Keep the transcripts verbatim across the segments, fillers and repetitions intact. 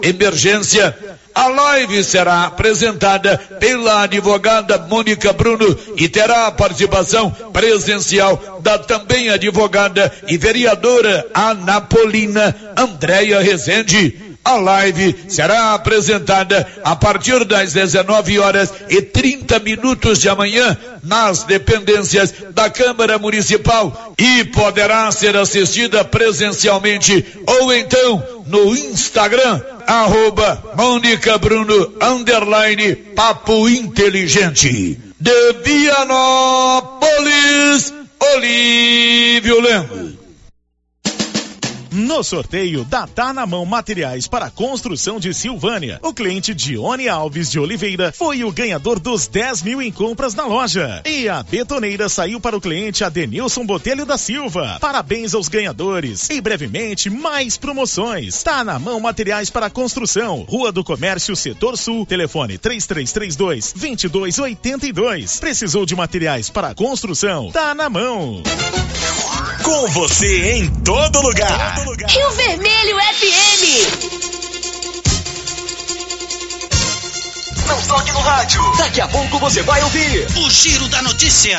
emergência. A live será apresentada pela advogada Mônica Bruno e terá a participação presencial da também advogada e vereadora anapolina Andréia Rezende. A live será apresentada a partir das dezenove horas e trinta minutos de amanhã nas dependências da Câmara Municipal e poderá ser assistida presencialmente ou então no Instagram, arroba Mônica Bruno, underline Papo Inteligente. De Vianópolis, Olívio Lemos. No sorteio da Tá na Mão Materiais para Construção de Silvânia, o cliente Dione Alves de Oliveira foi o ganhador dos dez mil em compras na loja. E a betoneira saiu para o cliente Adenilson Botelho da Silva. Parabéns aos ganhadores. E brevemente, mais promoções. Tá na Mão Materiais para Construção, Rua do Comércio, Setor Sul, telefone três três três dois, dois dois oito dois. Precisou de materiais para construção? Tá na mão. Com você em todo lugar. Todo lugar. Rio Vermelho F M. Não toque no rádio. Daqui a pouco você vai ouvir o Giro da Notícia.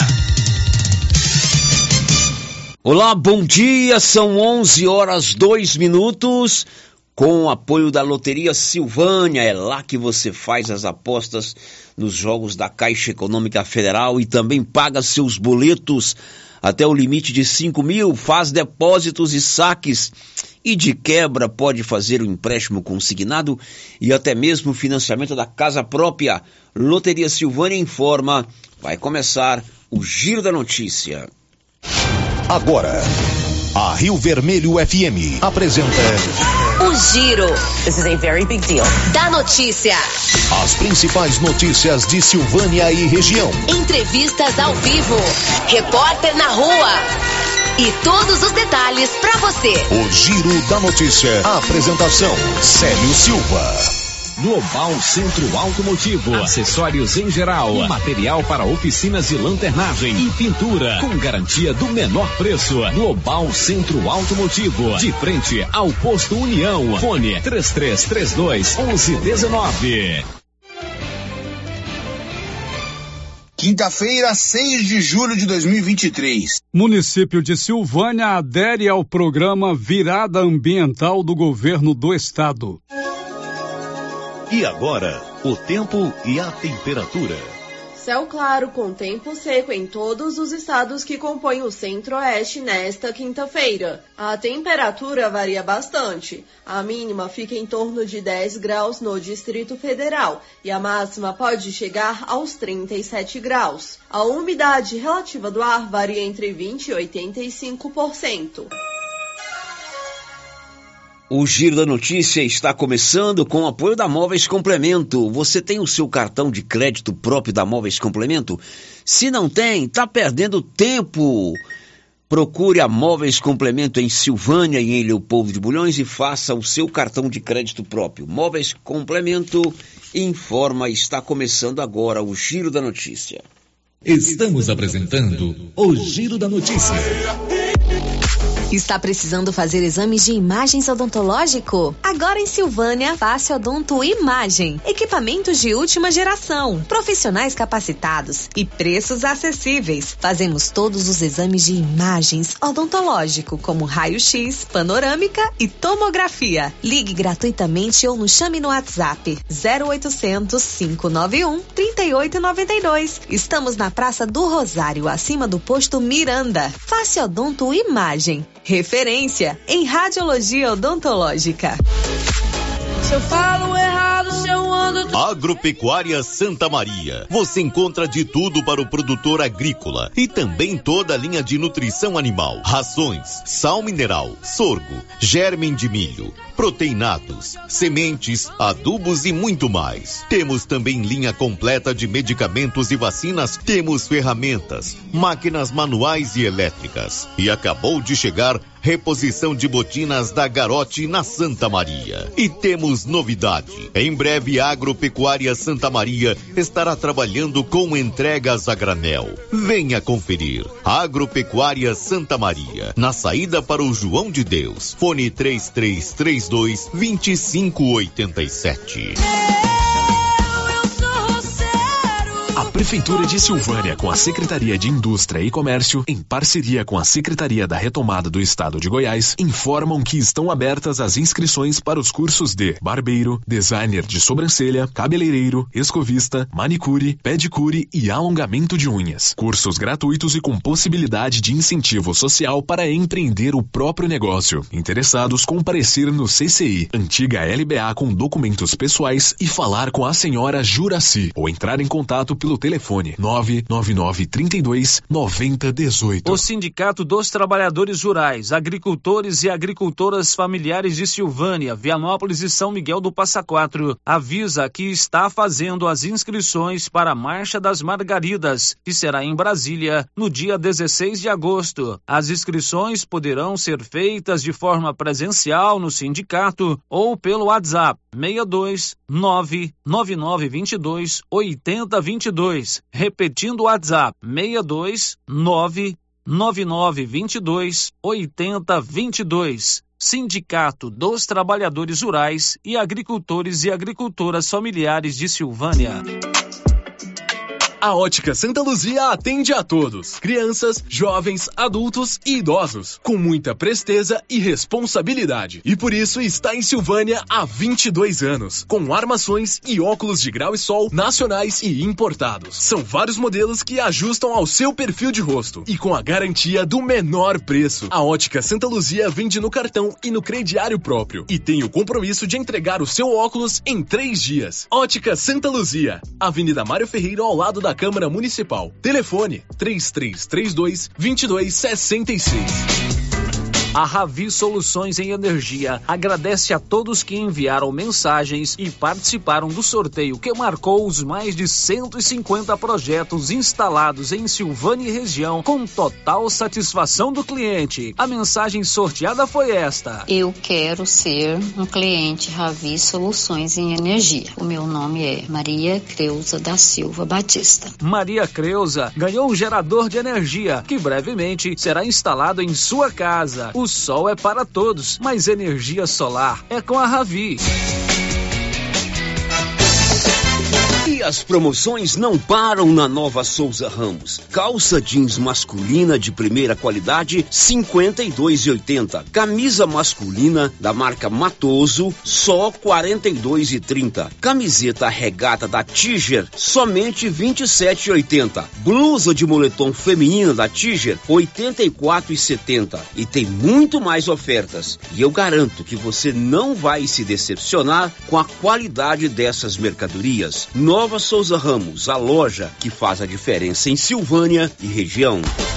Olá, bom dia. São onze horas dois minutos. Com o apoio da Loteria Silvânia, é lá que você faz as apostas nos jogos da Caixa Econômica Federal e também paga seus boletos até o limite de cinco mil, faz depósitos e saques e de quebra pode fazer o empréstimo consignado e até mesmo o financiamento da casa própria. Loteria Silvânia informa, vai começar o Giro da Notícia. Agora, a Rio Vermelho F M apresenta o Giro. This is a very big deal. Da notícia. As principais notícias de Silvânia e região. Entrevistas ao vivo. Repórter na rua. E todos os detalhes para você. O Giro da Notícia. A apresentação, Célio Silva. Global Centro Automotivo, acessórios em geral, material para oficinas de lanternagem e pintura, com garantia do menor preço. Global Centro Automotivo, de frente ao Posto União. Fone três três três dois, um um um nove. Quinta-feira, seis de julho de dois mil e vinte e três. Município de Silvânia adere ao programa Virada Ambiental do Governo do Estado. E agora, o tempo e a temperatura. Céu claro com tempo seco em todos os estados que compõem o Centro-Oeste nesta quinta-feira. A temperatura varia bastante. A mínima fica em torno de dez graus no Distrito Federal e a máxima pode chegar aos trinta e sete graus. A umidade relativa do ar varia entre vinte e oitenta e cinco por cento. O Giro da Notícia está começando com o apoio da Móveis Complemento. Você tem o seu cartão de crédito próprio da Móveis Complemento? Se não tem, está perdendo tempo. Procure a Móveis Complemento em Silvânia e em Leopoldo de Bulhões e faça o seu cartão de crédito próprio. Móveis Complemento informa, está começando agora o Giro da Notícia. Estamos apresentando o Giro da Notícia. Está precisando fazer exames de imagens odontológico? Agora em Silvânia, Face Odonto Imagem. Equipamentos de última geração, profissionais capacitados e preços acessíveis. Fazemos todos os exames de imagens odontológico, como raio-x, panorâmica e tomografia. Ligue gratuitamente ou nos chame no WhatsApp zero oitocentos, cinco nove um, três oito nove dois. Estamos na Praça do Rosário, acima do posto Miranda. Face Odonto Imagem. Referência em radiologia odontológica. Se eu falo errado, se eu ando... Agropecuária Santa Maria. Você encontra de tudo para o produtor agrícola e também toda a linha de nutrição animal. Rações, sal mineral, sorgo, germe de milho, proteinados, sementes, adubos e muito mais. Temos também linha completa de medicamentos e vacinas. Temos ferramentas, máquinas manuais e elétricas. E acabou de chegar reposição de botinas da Garote na Santa Maria. E temos novidade. Em breve, a Agropecuária Santa Maria estará trabalhando com entregas a granel. Venha conferir. Agropecuária Santa Maria, na saída para o João de Deus. Fone três três três dois, dois cinco oito sete. A Prefeitura de Silvânia, com a Secretaria de Indústria e Comércio, em parceria com a Secretaria da Retomada do Estado de Goiás, informam que estão abertas as inscrições para os cursos de barbeiro, designer de sobrancelha, cabeleireiro, escovista, manicure, pedicure e alongamento de unhas. Cursos gratuitos e com possibilidade de incentivo social para empreender o próprio negócio. Interessados, comparecer no C C I, antiga L B A, com documentos pessoais e falar com a senhora Juraci, ou entrar em contato pelo telefone nove nove nove, três dois, nove zero um oito. O Sindicato dos Trabalhadores Rurais, Agricultores e Agricultoras Familiares de Silvânia, Vianópolis e São Miguel do Passa Quatro avisa que está fazendo as inscrições para a Marcha das Margaridas, que será em Brasília no dia dezesseis de agosto. As inscrições poderão ser feitas de forma presencial no sindicato ou pelo WhatsApp seis dois nove nove nove dois dois oito zero dois dois. Repetindo o WhatsApp seis dois nove nove nove dois dois oito zero dois dois. Sindicato dos Trabalhadores Rurais e Agricultores e Agricultoras Familiares de Silvânia. A Ótica Santa Luzia atende a todos, crianças, jovens, adultos e idosos, com muita presteza e responsabilidade. E por isso está em Silvânia há vinte e dois anos, com armações e óculos de grau e sol nacionais e importados. São vários modelos que ajustam ao seu perfil de rosto e com a garantia do menor preço. A Ótica Santa Luzia vende no cartão e no crediário próprio e tem o compromisso de entregar o seu óculos em três dias. Ótica Santa Luzia, Avenida Mário Ferreira, ao lado da Câmara Municipal. Telefone três três três dois, dois dois seis seis. A Ravi Soluções em Energia agradece a todos que enviaram mensagens e participaram do sorteio que marcou os mais de cento e cinquenta projetos instalados em Silvânia e região com total satisfação do cliente. A mensagem sorteada foi esta: eu quero ser um cliente Ravi Soluções em Energia. O meu nome é Maria Creuza da Silva Batista. Maria Creuza ganhou um gerador de energia que brevemente será instalado em sua casa. O sol é para todos, mas energia solar é com a Ravi. E as promoções não param na Nova Souza Ramos. Calça jeans masculina de primeira qualidade, cinquenta e dois reais e oitenta centavos. Camisa masculina da marca Matoso, só quarenta e dois reais e trinta centavos. Camiseta regata da Tiger, somente vinte e sete reais e oitenta centavos. Blusa de moletom feminina da Tiger, oitenta e quatro reais e setenta centavos. E tem muito mais ofertas. E eu garanto que você não vai se decepcionar com a qualidade dessas mercadorias. Nova Souza Ramos, a loja que faz a diferença em Silvânia e região.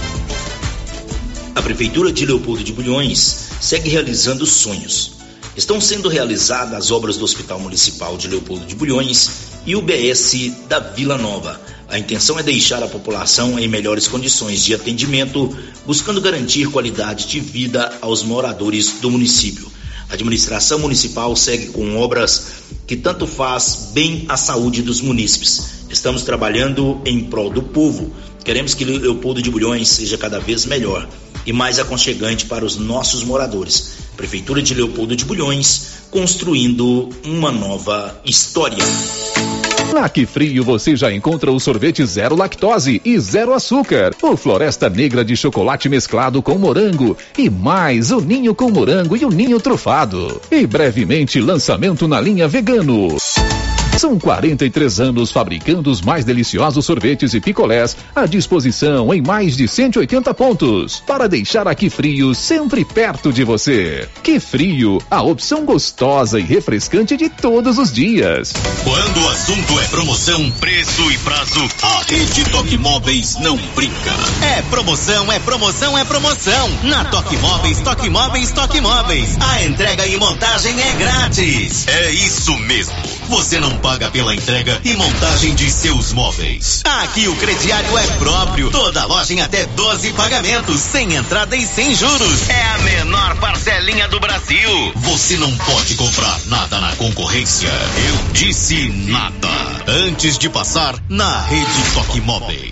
A Prefeitura de Leopoldo de Bulhões segue realizando sonhos. Estão sendo realizadas as obras do Hospital Municipal de Leopoldo de Bulhões e o B S da Vila Nova. A intenção é deixar a população em melhores condições de atendimento, buscando garantir qualidade de vida aos moradores do município. A administração municipal segue com obras que tanto faz bem à saúde dos munícipes. Estamos trabalhando em prol do povo. Queremos que Leopoldo de Bulhões seja cada vez melhor e mais aconchegante para os nossos moradores. Prefeitura de Leopoldo de Bulhões, construindo uma nova história. Na Que Frio você já encontra o sorvete zero lactose e zero açúcar, o Floresta Negra de chocolate mesclado com morango e mais o ninho com morango e o ninho trufado. E brevemente lançamento na linha vegano. São quarenta e três anos fabricando os mais deliciosos sorvetes e picolés à disposição em mais de cento e oitenta pontos, para deixar a Que Frio sempre perto de você. Que Frio, a opção gostosa e refrescante de todos os dias. Quando o assunto é promoção, preço e prazo, a Rede Toque Móveis não brinca. É promoção, é promoção, é promoção. Na Toque Móveis, Toque Móveis, Toque Móveis. A entrega e montagem é grátis. É isso mesmo. Você não paga pela entrega e montagem de seus móveis. Aqui o crediário é próprio. Toda loja em até doze pagamentos, sem entrada e sem juros. É a menor parcelinha do Brasil. Você não pode comprar nada na concorrência. Eu disse nada. Antes de passar na Rede Toque Móveis.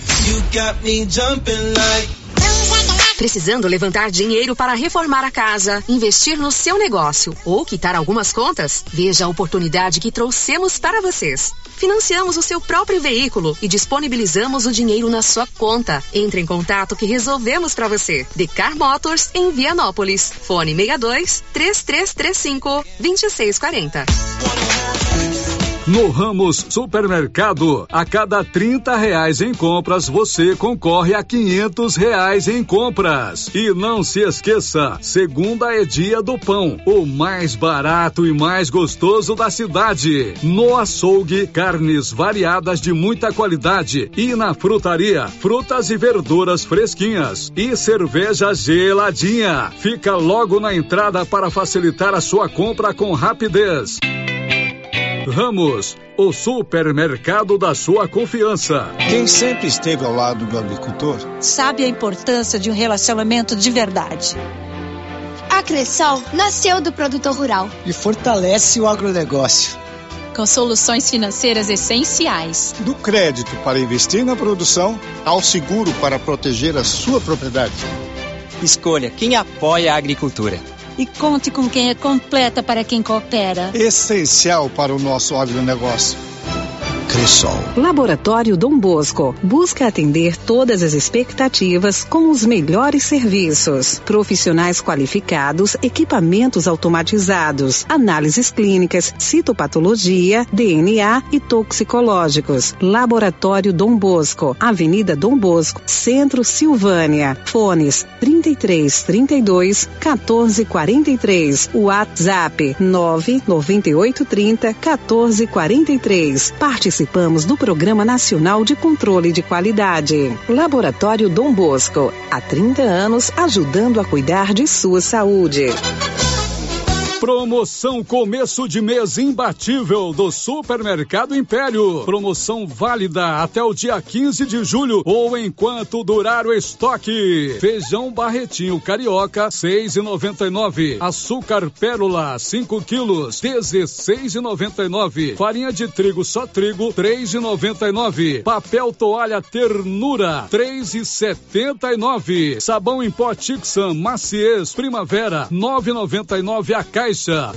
Precisando levantar dinheiro para reformar a casa, investir no seu negócio ou quitar algumas contas? Veja a oportunidade que trouxemos para vocês. Financiamos o seu próprio veículo e disponibilizamos o dinheiro na sua conta. Entre em contato que resolvemos para você. Decar Motors em Vianópolis. Fone seis dois, três três três cinco, dois seis quatro zero. No Ramos Supermercado, a cada trinta reais em compras, você concorre a quinhentos reais em compras. E não se esqueça, segunda é dia do pão, o mais barato e mais gostoso da cidade. No açougue, carnes variadas de muita qualidade. E na frutaria, frutas e verduras fresquinhas. E cerveja geladinha. Fica logo na entrada para facilitar a sua compra com rapidez. Ramos, o supermercado da sua confiança. Quem sempre esteve ao lado do agricultor sabe a importância de um relacionamento de verdade. A Cressol nasceu do produtor rural e fortalece o agronegócio. Com soluções financeiras essenciais. Do crédito para investir na produção ao seguro para proteger a sua propriedade. Escolha quem apoia a agricultura. E conte com quem é completa para quem coopera. Essencial para o nosso agronegócio. Cressol. Laboratório Dom Bosco busca atender todas as expectativas com os melhores serviços. Profissionais qualificados, equipamentos automatizados, análises clínicas, citopatologia, D N A e toxicológicos. Laboratório Dom Bosco, Avenida Dom Bosco, Centro Silvânia. Fones trinta e três, trinta e dois, quatorze, quarenta e três. WhatsApp nove nove oito, trinta, quatorze, quarenta e três. Participe Participamos do Programa Nacional de Controle de Qualidade. Laboratório Dom Bosco, há trinta anos ajudando a cuidar de sua saúde. Promoção começo de mês imbatível do Supermercado Império. Promoção válida até o dia quinze de julho ou enquanto durar o estoque. Feijão Barretinho Carioca, seis reais e noventa e nove centavos. Açúcar Pérola, cinco quilos, dezesseis reais e noventa e nove centavos. Farinha de trigo só trigo, três reais e noventa e nove centavos. Papel toalha Ternura, três reais e setenta e nove centavos. Sabão em pó Tixan Maciez Primavera, nove reais e noventa e nove centavos a caixa.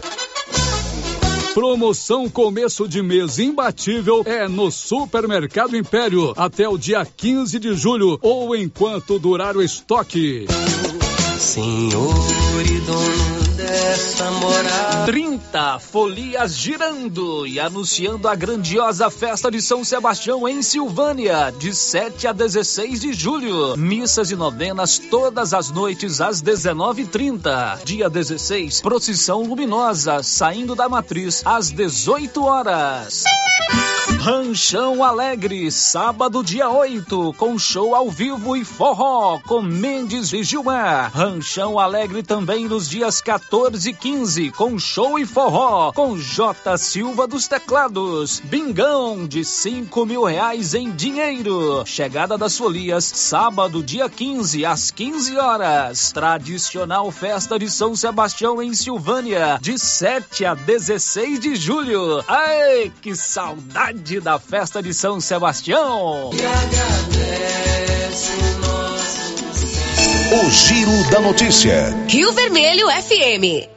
Promoção começo de mês imbatível é no Supermercado Império até o dia quinze de julho ou enquanto durar o estoque. Senhor e dono dessa morada. trinta folias girando e anunciando a grandiosa festa de São Sebastião em Silvânia, de sete a dezesseis de julho. Missas e novenas todas as noites às dezenove e trinta. Dia dezesseis, procissão luminosa saindo da matriz às dezoito horas. Ranchão Alegre, sábado dia oito, com show ao vivo e forró com Mendes e Gilmar. Ranchão Alegre também nos dias quatorze e quinze, com show e forró com J. Silva dos Teclados. Bingão de cinco mil reais em dinheiro. Chegada das folias, sábado dia quinze, às quinze horas. Tradicional festa de São Sebastião em Silvânia, de sete a dezesseis de julho. Ai, que saudade da festa de São Sebastião. E agradece o nosso... O Giro da Notícia. Rio Vermelho F M.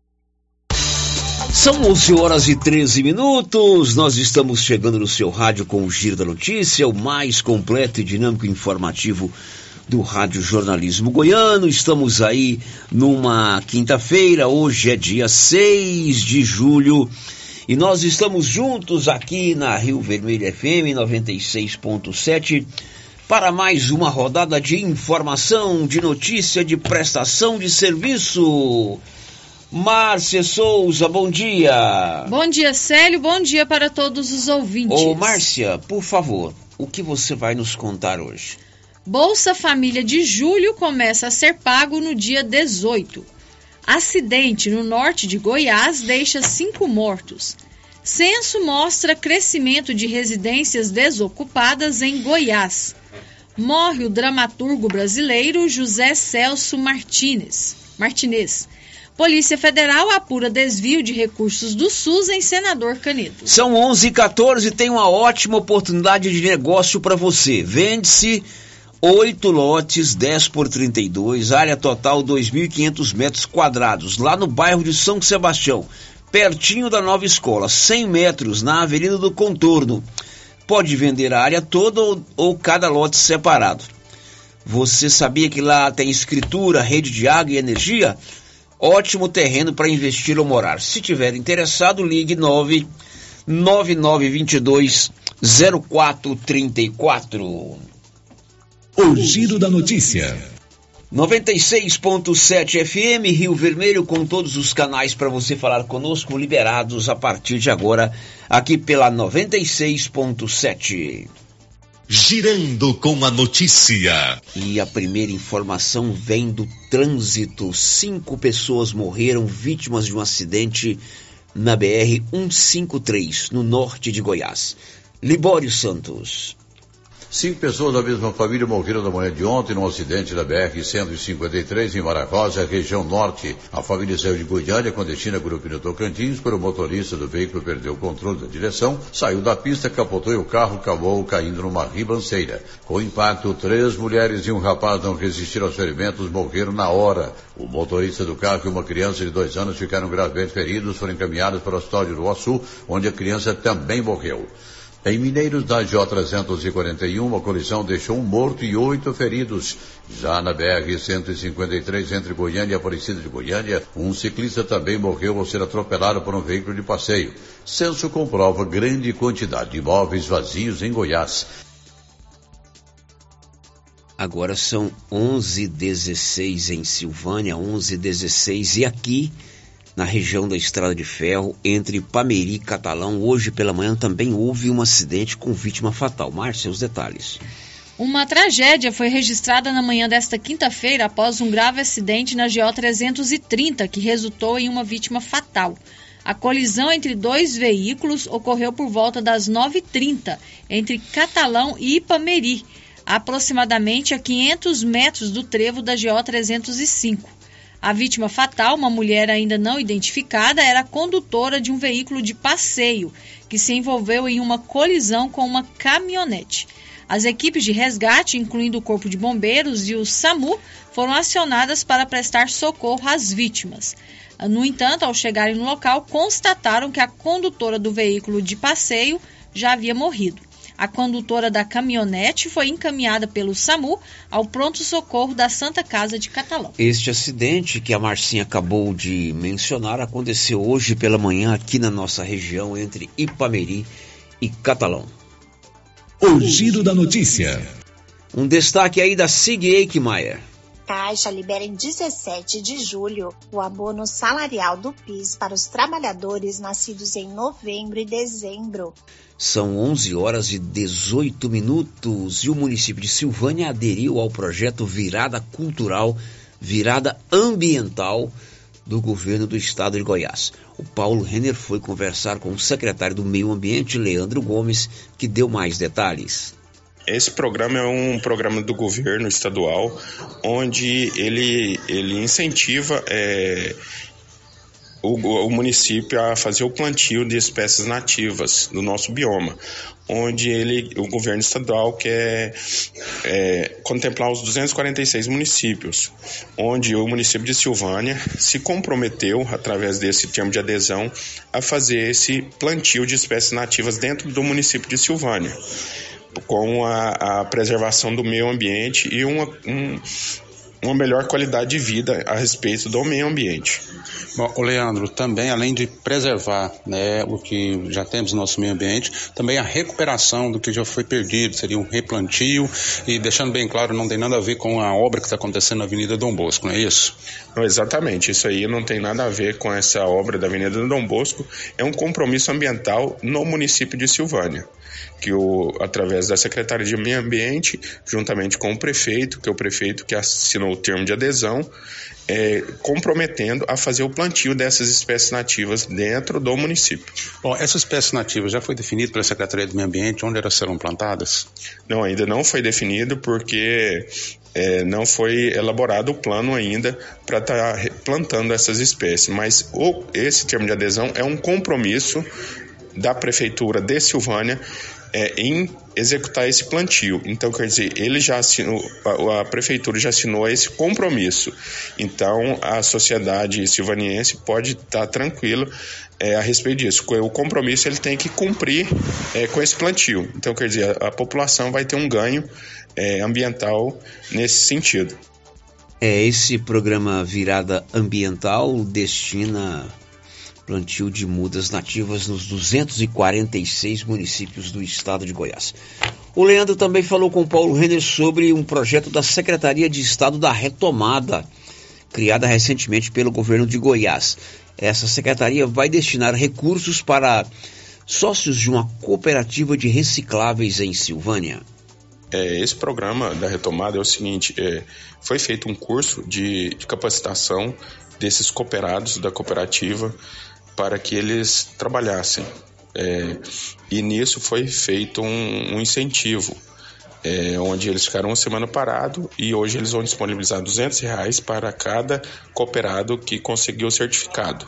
São onze horas e treze minutos, nós estamos chegando no seu rádio com o Giro da Notícia, o mais completo e dinâmico e informativo do Rádio Jornalismo Goiano. Estamos aí numa quinta-feira, hoje é dia seis de julho, e nós estamos juntos aqui na Rio Vermelho F M noventa e seis ponto sete para mais uma rodada de informação, de notícia, de prestação de serviço. Márcia Souza, bom dia. Bom dia, Célio, bom dia para todos os ouvintes. Ô, Márcia, por favor, o que você vai nos contar hoje? Bolsa Família de julho começa a ser pago no dia dezoito. Acidente no norte de Goiás deixa cinco mortos. Censo mostra crescimento de residências desocupadas em Goiás. Morre o dramaturgo brasileiro José Celso Martínez. Martinez. Polícia Federal apura desvio de recursos do SUS em Senador Canedo. São onze e quatorze, tem uma ótima oportunidade de negócio para você. Vende-se oito lotes, dez por trinta e dois, área total dois mil e quinhentos metros quadrados, lá no bairro de São Sebastião, pertinho da nova escola, cem metros na Avenida do Contorno. Pode vender a área toda ou, ou cada lote separado. Você sabia que lá tem escritura, rede de água e energia? Ótimo terreno para investir ou morar. Se tiver interessado, ligue nove nove nove dois dois zero quatro três quatro. O Giro da Notícia. noventa e seis ponto sete F M, Rio Vermelho, com todos os canais para você falar conosco, liberados a partir de agora, aqui pela noventa e seis ponto sete. Girando com a notícia. E a primeira informação vem do trânsito. Cinco pessoas morreram vítimas de um acidente na B R cento e cinquenta e três, no norte de Goiás. Libório Santos. Cinco pessoas da mesma família morreram na manhã de ontem num acidente da B R cento e cinquenta e três em Maragosa, região norte. A família saiu de Goiânia com destino a Grupinho Tocantins, quando o motorista do veículo perdeu o controle da direção, saiu da pista, capotou e o carro acabou caindo numa ribanceira. Com o impacto, três mulheres e um rapaz não resistiram aos ferimentos, morreram na hora. O motorista do carro e uma criança de dois anos ficaram gravemente feridos, foram encaminhados para o hospital de Uruaçu, onde a criança também morreu. Em Mineiros, da G O trezentos e quarenta e um, a colisão deixou um morto e oito feridos. Já na B R cento e cinquenta e três, entre Goiânia e Aparecida de Goiânia, um ciclista também morreu ao ser atropelado por um veículo de passeio. Censo comprova grande quantidade de imóveis vazios em Goiás. Agora são onze e dezesseis em Silvânia, onze e dezesseis, e aqui na região da Estrada de Ferro, entre Pameri e Catalão, hoje pela manhã também houve um acidente com vítima fatal. Márcia, os detalhes. Uma tragédia foi registrada na manhã desta quinta-feira após um grave acidente na G O trezentos e trinta, que resultou em uma vítima fatal. A colisão entre dois veículos ocorreu por volta das nove e trinta, entre Catalão e Ipameri, aproximadamente a quinhentos metros do trevo da G O trezentos e cinco. A vítima fatal, uma mulher ainda não identificada, era condutora de um veículo de passeio que se envolveu em uma colisão com uma caminhonete. As equipes de resgate, incluindo o Corpo de Bombeiros e o SAMU, foram acionadas para prestar socorro às vítimas. No entanto, ao chegarem no local, constataram que a condutora do veículo de passeio já havia morrido. A condutora da caminhonete foi encaminhada pelo SAMU ao pronto-socorro da Santa Casa de Catalão. Este acidente que a Marcinha acabou de mencionar aconteceu hoje pela manhã aqui na nossa região, entre Ipameri e Catalão. O Giro da Notícia. Um destaque aí da Sig Eichmeier. Caixa libera em dezessete de julho o abono salarial do PIS para os trabalhadores nascidos em novembro e dezembro. São onze horas e dezoito minutos e o município de Silvânia aderiu ao projeto Virada Cultural, Virada Ambiental do governo do estado de Goiás. O Paulo Renner foi conversar com o secretário do Meio Ambiente, Leandro Gomes, que deu mais detalhes. Esse programa é um programa do governo estadual, onde ele, ele incentiva é, o, o município a fazer o plantio de espécies nativas do nosso bioma, onde ele, o governo estadual quer é, contemplar os duzentos e quarenta e seis municípios, onde o município de Silvânia se comprometeu, através desse termo de adesão, a fazer esse plantio de espécies nativas dentro do município de Silvânia, com a, a preservação do meio ambiente e uma, um, uma melhor qualidade de vida a respeito do meio ambiente. Bom, Leandro, também além de preservar, né, o que já temos no nosso meio ambiente, também a recuperação do que já foi perdido, seria um replantio, e deixando bem claro, não tem nada a ver com a obra que está acontecendo na Avenida Dom Bosco, não é isso? Não, exatamente, isso aí não tem nada a ver com essa obra da Avenida Dom Bosco, é um compromisso ambiental no município de Silvânia, que o, através da Secretaria de Meio Ambiente, juntamente com o prefeito, que é o prefeito que assinou assinou o termo de adesão, É, comprometendo a fazer o plantio dessas espécies nativas dentro do município. Bom, essa espécie nativa já foi definida pela Secretaria do Meio Ambiente, onde elas serão plantadas? Não, ainda não foi definido porque é, não foi elaborado o plano ainda para estar tá plantando essas espécies, mas o, esse termo de adesão é um compromisso da Prefeitura de Silvânia É, em executar esse plantio. Então, quer dizer, ele já assinou, a, a prefeitura já assinou esse compromisso. Então, a sociedade silvaniense pode estar tranquila é, a respeito disso. O compromisso ele tem que cumprir é, com esse plantio. Então, quer dizer, a, a população vai ter um ganho é, ambiental nesse sentido. É, esse programa Virada Ambiental destina plantio de mudas nativas nos duzentos e quarenta e seis municípios do estado de Goiás. O Leandro também falou com o Paulo Renner sobre um projeto da Secretaria de Estado da Retomada, criada recentemente pelo governo de Goiás. Essa secretaria vai destinar recursos para sócios de uma cooperativa de recicláveis em Silvânia. É, esse programa da Retomada é o seguinte, é, foi feito um curso de, de capacitação desses cooperados da cooperativa para que eles trabalhassem. É, e nisso foi feito um, um incentivo, é, onde eles ficaram uma semana parados e hoje eles vão disponibilizar duzentos reais para cada cooperado que conseguiu o certificado.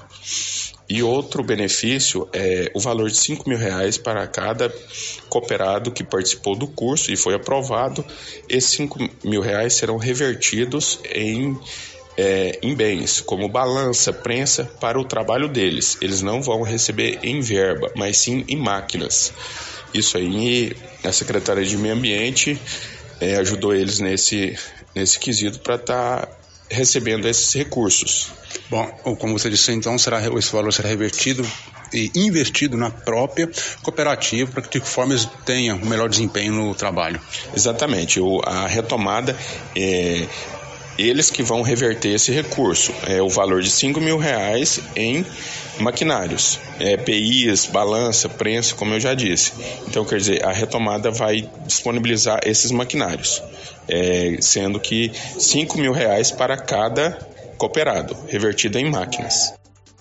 E outro benefício é o valor de cinco mil reais para cada cooperado que participou do curso e foi aprovado. Esses cinco mil reais serão revertidos em É, em bens, como balança, prensa, para o trabalho deles. Eles não vão receber em verba, mas sim em máquinas. Isso aí, a Secretaria de Meio Ambiente é, ajudou eles nesse, nesse quesito para estar tá recebendo esses recursos. Bom, como você disse, então, será, esse valor será revertido e investido na própria cooperativa para que de forma eles tenham um melhor desempenho no trabalho. Exatamente. O, a retomada é eles que vão reverter esse recurso, é o valor de cinco mil reais em maquinários, é, P Is, balança, prensa, como eu já disse. Então, quer dizer, a Retomada vai disponibilizar esses maquinários, é, sendo que cinco mil reais para cada cooperado, revertido em máquinas.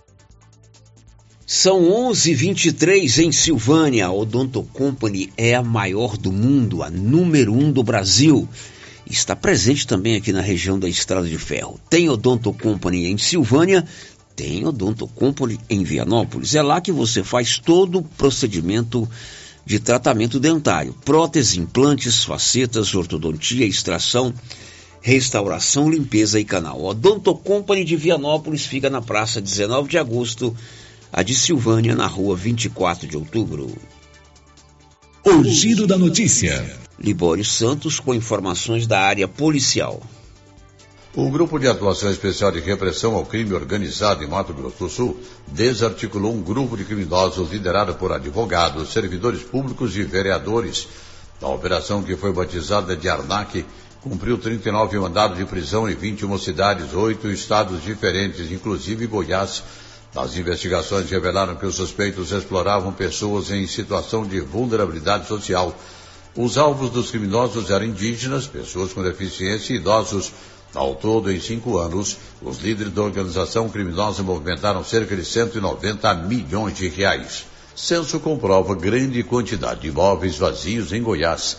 São onze e vinte e três em Silvânia. A Odonto Company é a maior do mundo, a número um do Brasil. Está presente também aqui na região da Estrada de Ferro. Tem Odonto Company em Silvânia, tem Odonto Company em Vianópolis. É lá que você faz todo o procedimento de tratamento dentário. Prótese, implantes, facetas, ortodontia, extração, restauração, limpeza e canal. Odonto Company de Vianópolis fica na praça dezenove de agosto, a de Silvânia na rua vinte e quatro de outubro. O Giro da Notícia. Libório Santos com informações da área policial. O Grupo de Atuação Especial de Repressão ao Crime Organizado em Mato Grosso do Sul desarticulou um grupo de criminosos liderado por advogados, servidores públicos e vereadores. Na operação, que foi batizada de Arnac, cumpriu trinta e nove mandados de prisão em vinte e uma cidades, oito estados diferentes, inclusive Goiás. As investigações revelaram que os suspeitos exploravam pessoas em situação de vulnerabilidade social. Os alvos dos criminosos eram indígenas, pessoas com deficiência e idosos. Ao todo, em cinco anos, os líderes da organização criminosa movimentaram cerca de cento e noventa milhões de reais. Censo comprova grande quantidade de imóveis vazios em Goiás.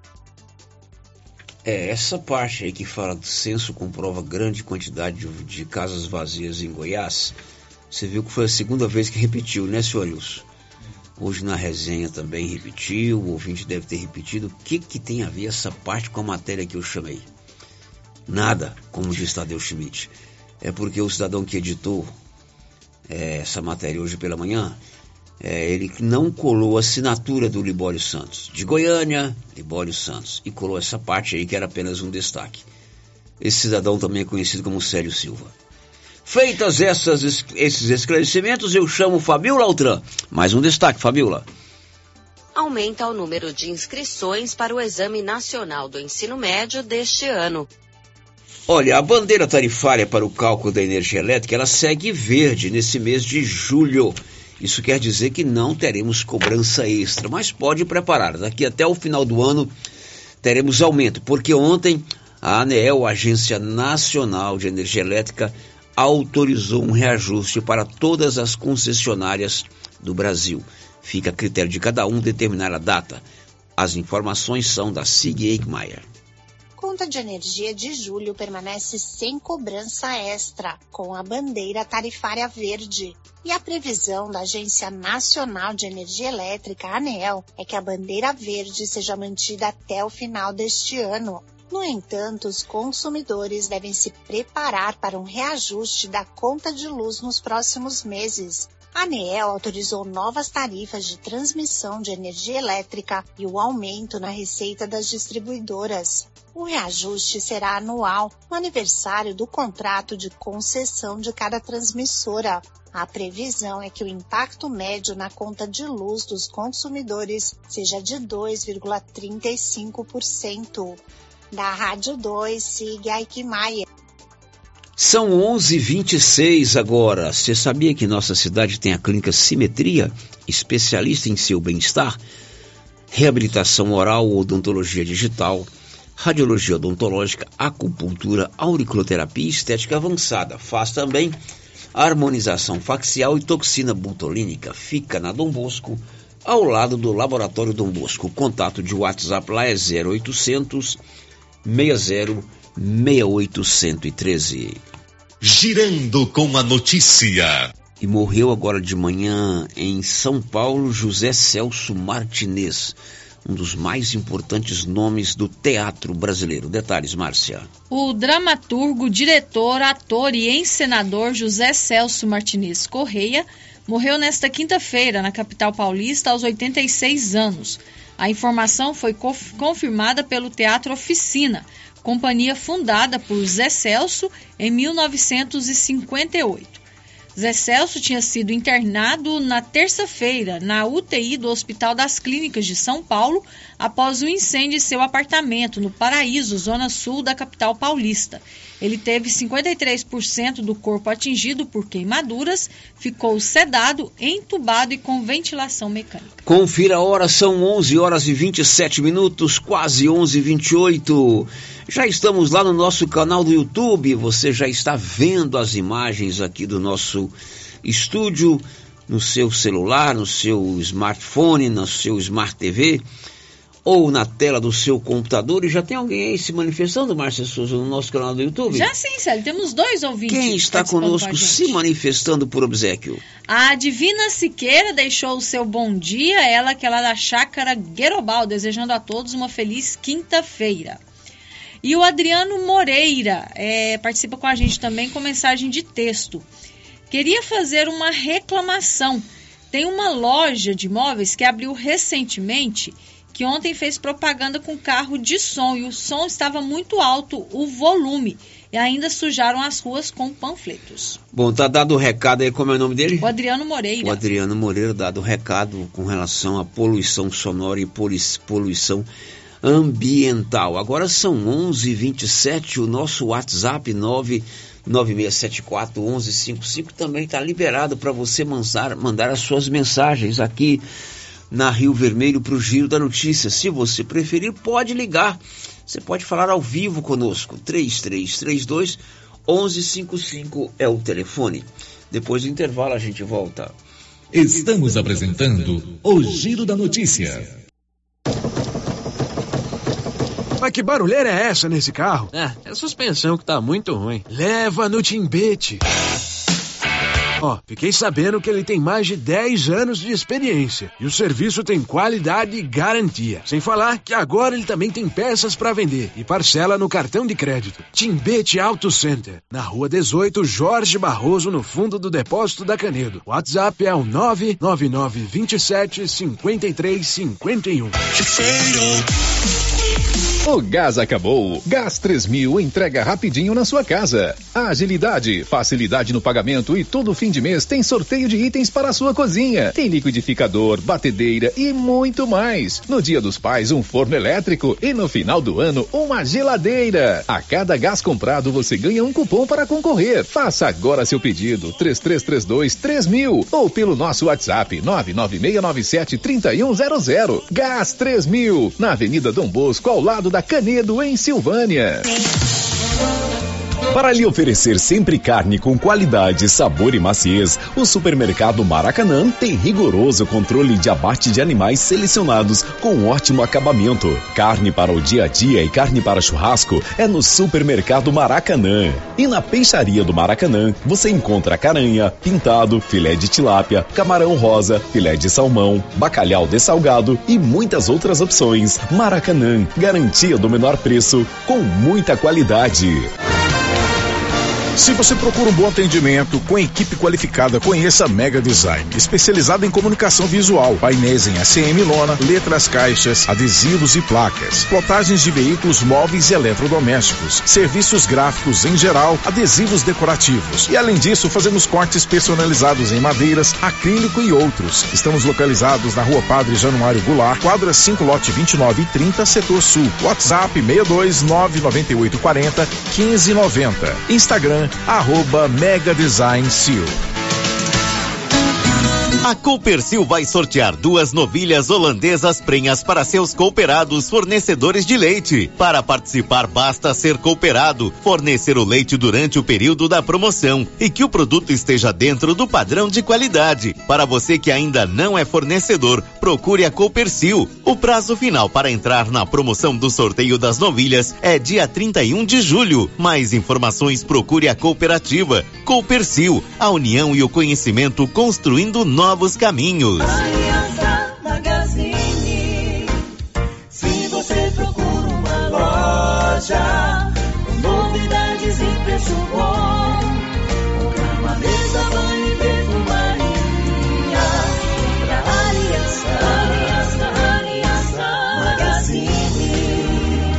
É, essa parte aí que fala do censo comprova grande quantidade de, de casas vazias em Goiás. Você viu que foi a segunda vez que repetiu, né, senhor Wilson? Hoje na resenha também repetiu, o ouvinte deve ter repetido. O que, que tem a ver essa parte com a matéria que eu chamei? Nada, como diz Tadeu Schmidt. É porque o cidadão que editou é, essa matéria hoje pela manhã, é, ele não colou a assinatura do Libório Santos. De Goiânia, Libório Santos. E colou essa parte aí que era apenas um destaque. Esse cidadão também é conhecido como Célio Silva. Feitas essas, esses esclarecimentos, eu chamo Fabiola Altran. Mais um destaque, Fabiola. Aumenta o número de inscrições para o Exame Nacional do Ensino Médio deste ano. Olha, a bandeira tarifária para o cálculo da energia elétrica, ela segue verde nesse mês de julho. Isso quer dizer que não teremos cobrança extra, mas pode preparar. Daqui até o final do ano teremos aumento, porque ontem A ANEEL, Agência Nacional de Energia Elétrica, autorizou um reajuste para todas as concessionárias do Brasil. Fica a critério de cada um determinar a data. As informações são da Sig Eichmeier. Conta de energia de julho permanece sem cobrança extra, com a bandeira tarifária verde. E a previsão da Agência Nacional de Energia Elétrica, ANEEL, é que a bandeira verde seja mantida até o final deste ano. No entanto, os consumidores devem se preparar para um reajuste da conta de luz nos próximos meses. A ANEEL autorizou novas tarifas de transmissão de energia elétrica e o aumento na receita das distribuidoras. O reajuste será anual, no aniversário do contrato de concessão de cada transmissora. A previsão é que o impacto médio na conta de luz dos consumidores seja de dois vírgula trinta e cinco por cento. Da Rádio dois, Sig Eichmeier. São onze e vinte e seis agora. Você sabia que nossa cidade tem a clínica Simetria, especialista em seu bem-estar? Reabilitação oral, odontologia digital, radiologia odontológica, acupuntura, auriculoterapia e estética avançada. Faz também harmonização facial e toxina botulínica. Fica na Dom Bosco, ao lado do Laboratório Dom Bosco. O contato de WhatsApp lá é zero oitocentos, seis zero, seis oito um três. Girando com a notícia. E morreu agora de manhã em São Paulo José Celso Martinez, um dos mais importantes nomes do teatro brasileiro. Detalhes, Márcia. O dramaturgo, diretor, ator e encenador José Celso Martinez Correia morreu nesta quinta-feira na capital paulista aos oitenta e seis anos. A informação foi conf- confirmada pelo Teatro Oficina, companhia fundada por Zé Celso em mil novecentos e cinquenta e oito. Zé Celso tinha sido internado na terça-feira na U T I do Hospital das Clínicas de São Paulo após o incêndio em seu apartamento no Paraíso, zona sul da capital paulista. Ele teve cinquenta e três por cento do corpo atingido por queimaduras, ficou sedado, entubado e com ventilação mecânica. Confira a hora, são onze horas e vinte e sete minutos, quase onze e vinte e oito. Já estamos lá no nosso canal do YouTube, você já está vendo as imagens aqui do nosso estúdio, no seu celular, no seu smartphone, no seu Smart T V, ou na tela do seu computador. E já tem alguém aí se manifestando, Márcia Souza, no nosso canal do YouTube? Já sim, Célio, temos dois ouvintes. Quem está conosco se manifestando por obséquio? A Divina Siqueira deixou o seu bom dia, ela que é lá da Chácara Guerobal, desejando a todos uma feliz quinta-feira. E o Adriano Moreira é, participa com a gente também com mensagem de texto. Queria fazer uma reclamação. Tem uma loja de imóveis que abriu recentemente, que ontem fez propaganda com carro de som, e o som estava muito alto, o volume, e ainda sujaram as ruas com panfletos. Bom, tá dado o recado aí, como é o nome dele? O Adriano Moreira. O Adriano Moreira, dado o recado com relação à poluição sonora e poluição ambiental. Agora são onze e vinte e sete, o nosso WhatsApp nove nove seis sete quatro um um cinco cinco também está liberado para você mandar, mandar as suas mensagens aqui na Rio Vermelho para o Giro da Notícia. Se você preferir, pode ligar. Você pode falar ao vivo conosco. três três três dois, um um cinco cinco é o telefone. Depois do intervalo a gente volta. Estamos apresentando o Giro da Notícia. Mas que barulheira é essa nesse carro? Ah, é a suspensão que tá muito ruim. Leva no Timbete. Ó, fiquei sabendo que ele tem mais de dez anos de experiência e o serviço tem qualidade e garantia. Sem falar que agora ele também tem peças para vender e parcela no cartão de crédito. Timbete Auto Center, na Rua dezoito, Jorge Barroso, no fundo do depósito da Canedo. O WhatsApp é o nove nove nove dois sete cinco três cinco um. O gás acabou. Gás três mil entrega rapidinho na sua casa. Agilidade, facilidade no pagamento e todo fim de mês tem sorteio de itens para a sua cozinha. Tem liquidificador, batedeira e muito mais. No Dia dos Pais, um forno elétrico e no final do ano, uma geladeira. A cada gás comprado, você ganha um cupom para concorrer. Faça agora seu pedido, três três três dois, três mil ou pelo nosso WhatsApp nove nove seis nove sete, três um zero zero. Gás três mil, na Avenida Dom Bosco, ao lado da Canedo, em Silvânia. Para lhe oferecer sempre carne com qualidade, sabor e maciez, o Supermercado Maracanã tem rigoroso controle de abate de animais selecionados com ótimo acabamento. Carne para o dia a dia e carne para churrasco é no Supermercado Maracanã. E na Peixaria do Maracanã, você encontra caranha, pintado, filé de tilápia, camarão rosa, filé de salmão, bacalhau dessalgado e muitas outras opções. Maracanã, garantia do menor preço com muita qualidade. Se você procura um bom atendimento com equipe qualificada, conheça a Mega Design, especializada em comunicação visual, painéis em A C M lona, letras caixas, adesivos e placas, plotagens de veículos móveis e eletrodomésticos, serviços gráficos em geral, adesivos decorativos. E além disso, fazemos cortes personalizados em madeiras, acrílico e outros. Estamos localizados na Rua Padre Januário Goulart, quadra cinco, lote vinte e nove e trinta, setor sul. WhatsApp seis dois nove nove oito quatro zero um cinco nove zero. Instagram arroba Mega Design Sil. A Copercil vai sortear duas novilhas holandesas prenhas para seus cooperados fornecedores de leite. Para participar, basta ser cooperado, fornecer o leite durante o período da promoção e que o produto esteja dentro do padrão de qualidade. Para você que ainda não é fornecedor, procure a Copercil. O prazo final para entrar na promoção do sorteio das novilhas é dia trinta e um de julho. Mais informações, procure a cooperativa. Copercil, a união e o conhecimento construindo novos Novos caminhos. Aliança Magazine. Se você procura uma loja com novidades e preço bom, comprar uma mesa, banho e perfumaria, pra Aliança, Aliança, Aliança Magazine.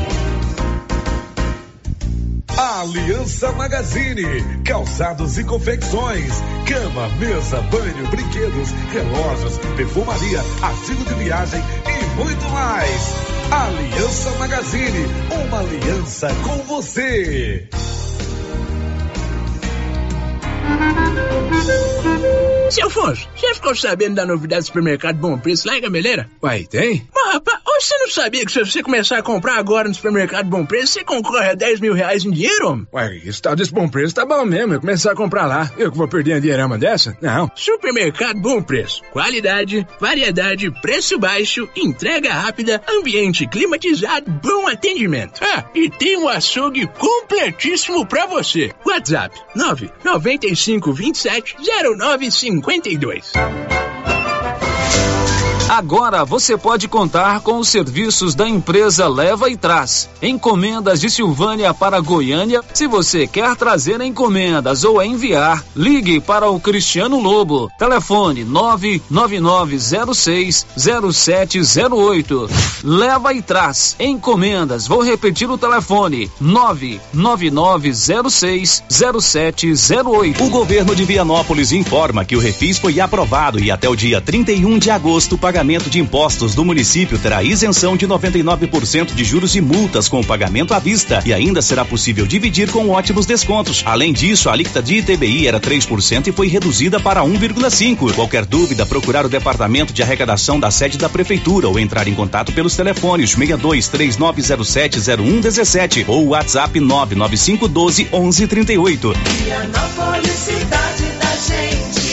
Aliança Magazine, calçados e confecções, cama, mesa, banho, brinquedos, relógios, perfumaria, artigo de viagem e muito mais. Aliança Magazine, uma aliança com você. Seu Afonso, você ficou sabendo da novidade do supermercado Bom Preço lá em Gameleira? Uai, tem? Mas rapaz, você não sabia que se você começar a comprar agora no supermercado Bom Preço, você concorre a dez mil reais em dinheiro, homem? Uai, esse tal desse Bom Preço tá bom mesmo, eu começar a comprar lá. Eu que vou perder uma dinheirama dessa? Não. Supermercado Bom Preço. Qualidade, variedade, preço baixo, entrega rápida, ambiente climatizado, bom atendimento. Ah, e tem um açougue completíssimo pra você. WhatsApp nove nove cinco dois sete zero nove cinco dois. Agora você pode contar com os serviços da empresa Leva e Traz. Encomendas de Silvânia para Goiânia. Se você quer trazer encomendas ou enviar, ligue para o Cristiano Lobo. Telefone nove nove nove zero seis zero sete zero oito. Leva e Traz. Encomendas. Vou repetir o telefone: nove nove nove zero seis zero sete zero oito. O governo de Vianópolis informa que o refis foi aprovado e até o dia trinta e um de agosto o pagamento de impostos do município terá isenção de noventa e nove por cento de juros e multas com o pagamento à vista e ainda será possível dividir com ótimos descontos. Além disso, a alíquota de I T B I era três por cento e foi reduzida para um vírgula cinco por cento. Qualquer dúvida, procurar o departamento de arrecadação da sede da prefeitura ou entrar em contato pelos telefones seis dois três nove zero sete zero um um sete ou WhatsApp nove nove cinco um dois um um três oito. Vianópolis, cidade da gente.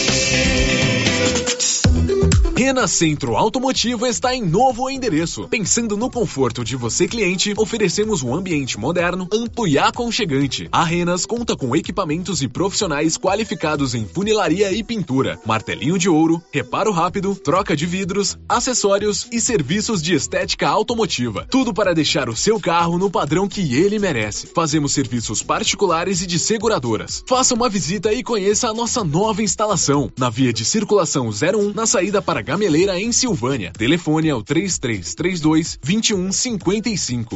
Rena Centro Automotivo está em novo endereço. Pensando no conforto de você, cliente, oferecemos um ambiente moderno, amplo e aconchegante. A Renas conta com equipamentos e profissionais qualificados em funilaria e pintura, martelinho de ouro, reparo rápido, troca de vidros, acessórios e serviços de estética automotiva. Tudo para deixar o seu carro no padrão que ele merece. Fazemos serviços particulares e de seguradoras. Faça uma visita e conheça a nossa nova instalação na via de circulação zero um, na saída para Gameleira, em Silvânia. Telefone é o três três três dois, dois um cinco cinco.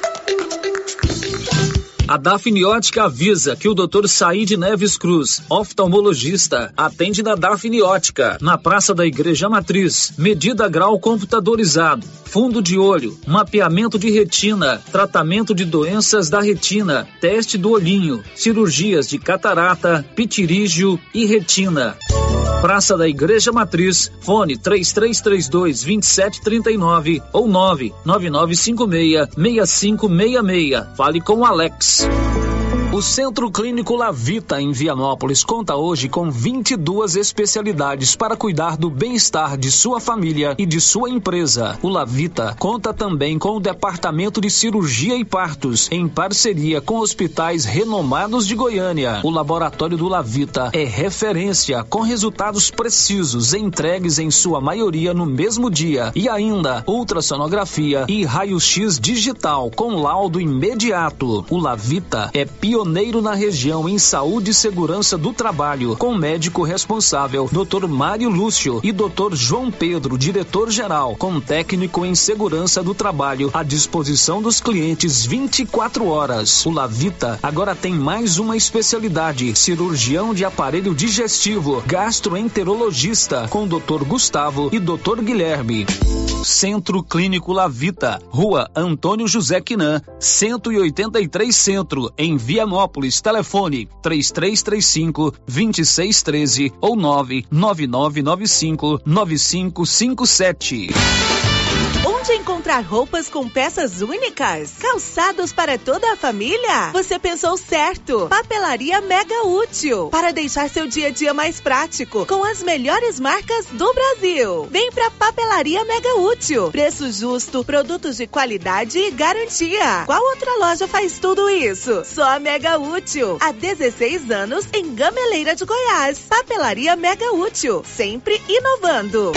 A Dafniótica avisa que o doutor Saíde Neves Cruz, oftalmologista, atende na Dafniótica, na Praça da Igreja Matriz. Medida grau computadorizado, fundo de olho, mapeamento de retina, tratamento de doenças da retina, teste do olhinho, cirurgias de catarata, pitirígio e retina. Praça da Igreja Matriz, fone três três três dois, dois sete três nove ou nove nove nove cinco seis, seis cinco seis seis. Fale com o Alex. O Centro Clínico Lavita, em Vianópolis, conta hoje com vinte e duas especialidades para cuidar do bem-estar de sua família e de sua empresa. O Lavita conta também com o Departamento de Cirurgia e Partos, em parceria com hospitais renomados de Goiânia. O laboratório do Lavita é referência, com resultados precisos, entregues em sua maioria no mesmo dia. E ainda, ultrassonografia e raio-x digital, com laudo imediato. O Lavita é pioneiro na região em saúde e segurança do trabalho, com médico responsável doutor Mário Lúcio e doutor João Pedro, diretor-geral, com técnico em segurança do trabalho à disposição dos clientes vinte e quatro horas. O Lavita agora tem mais uma especialidade: cirurgião de aparelho digestivo, gastroenterologista, com doutor Gustavo e doutor Guilherme. Centro Clínico Lavita, Rua Antônio José Quinan, cento e oitenta e três Centro, em Vianópolis. Telefone três três três cinco, dois seis um três ou nove nove nove nove cinco nove cinco cinco sete. Onde encontrar roupas com peças únicas? Calçados para toda a família? Você pensou certo. Papelaria Mega Útil, para deixar seu dia a dia mais prático, com as melhores marcas do Brasil. Vem pra Papelaria Mega Útil. Preço justo, produtos de qualidade e garantia. Qual outra loja faz tudo isso? Só a Mega Útil. Há dezesseis anos em Gameleira de Goiás. Papelaria Mega Útil, sempre inovando.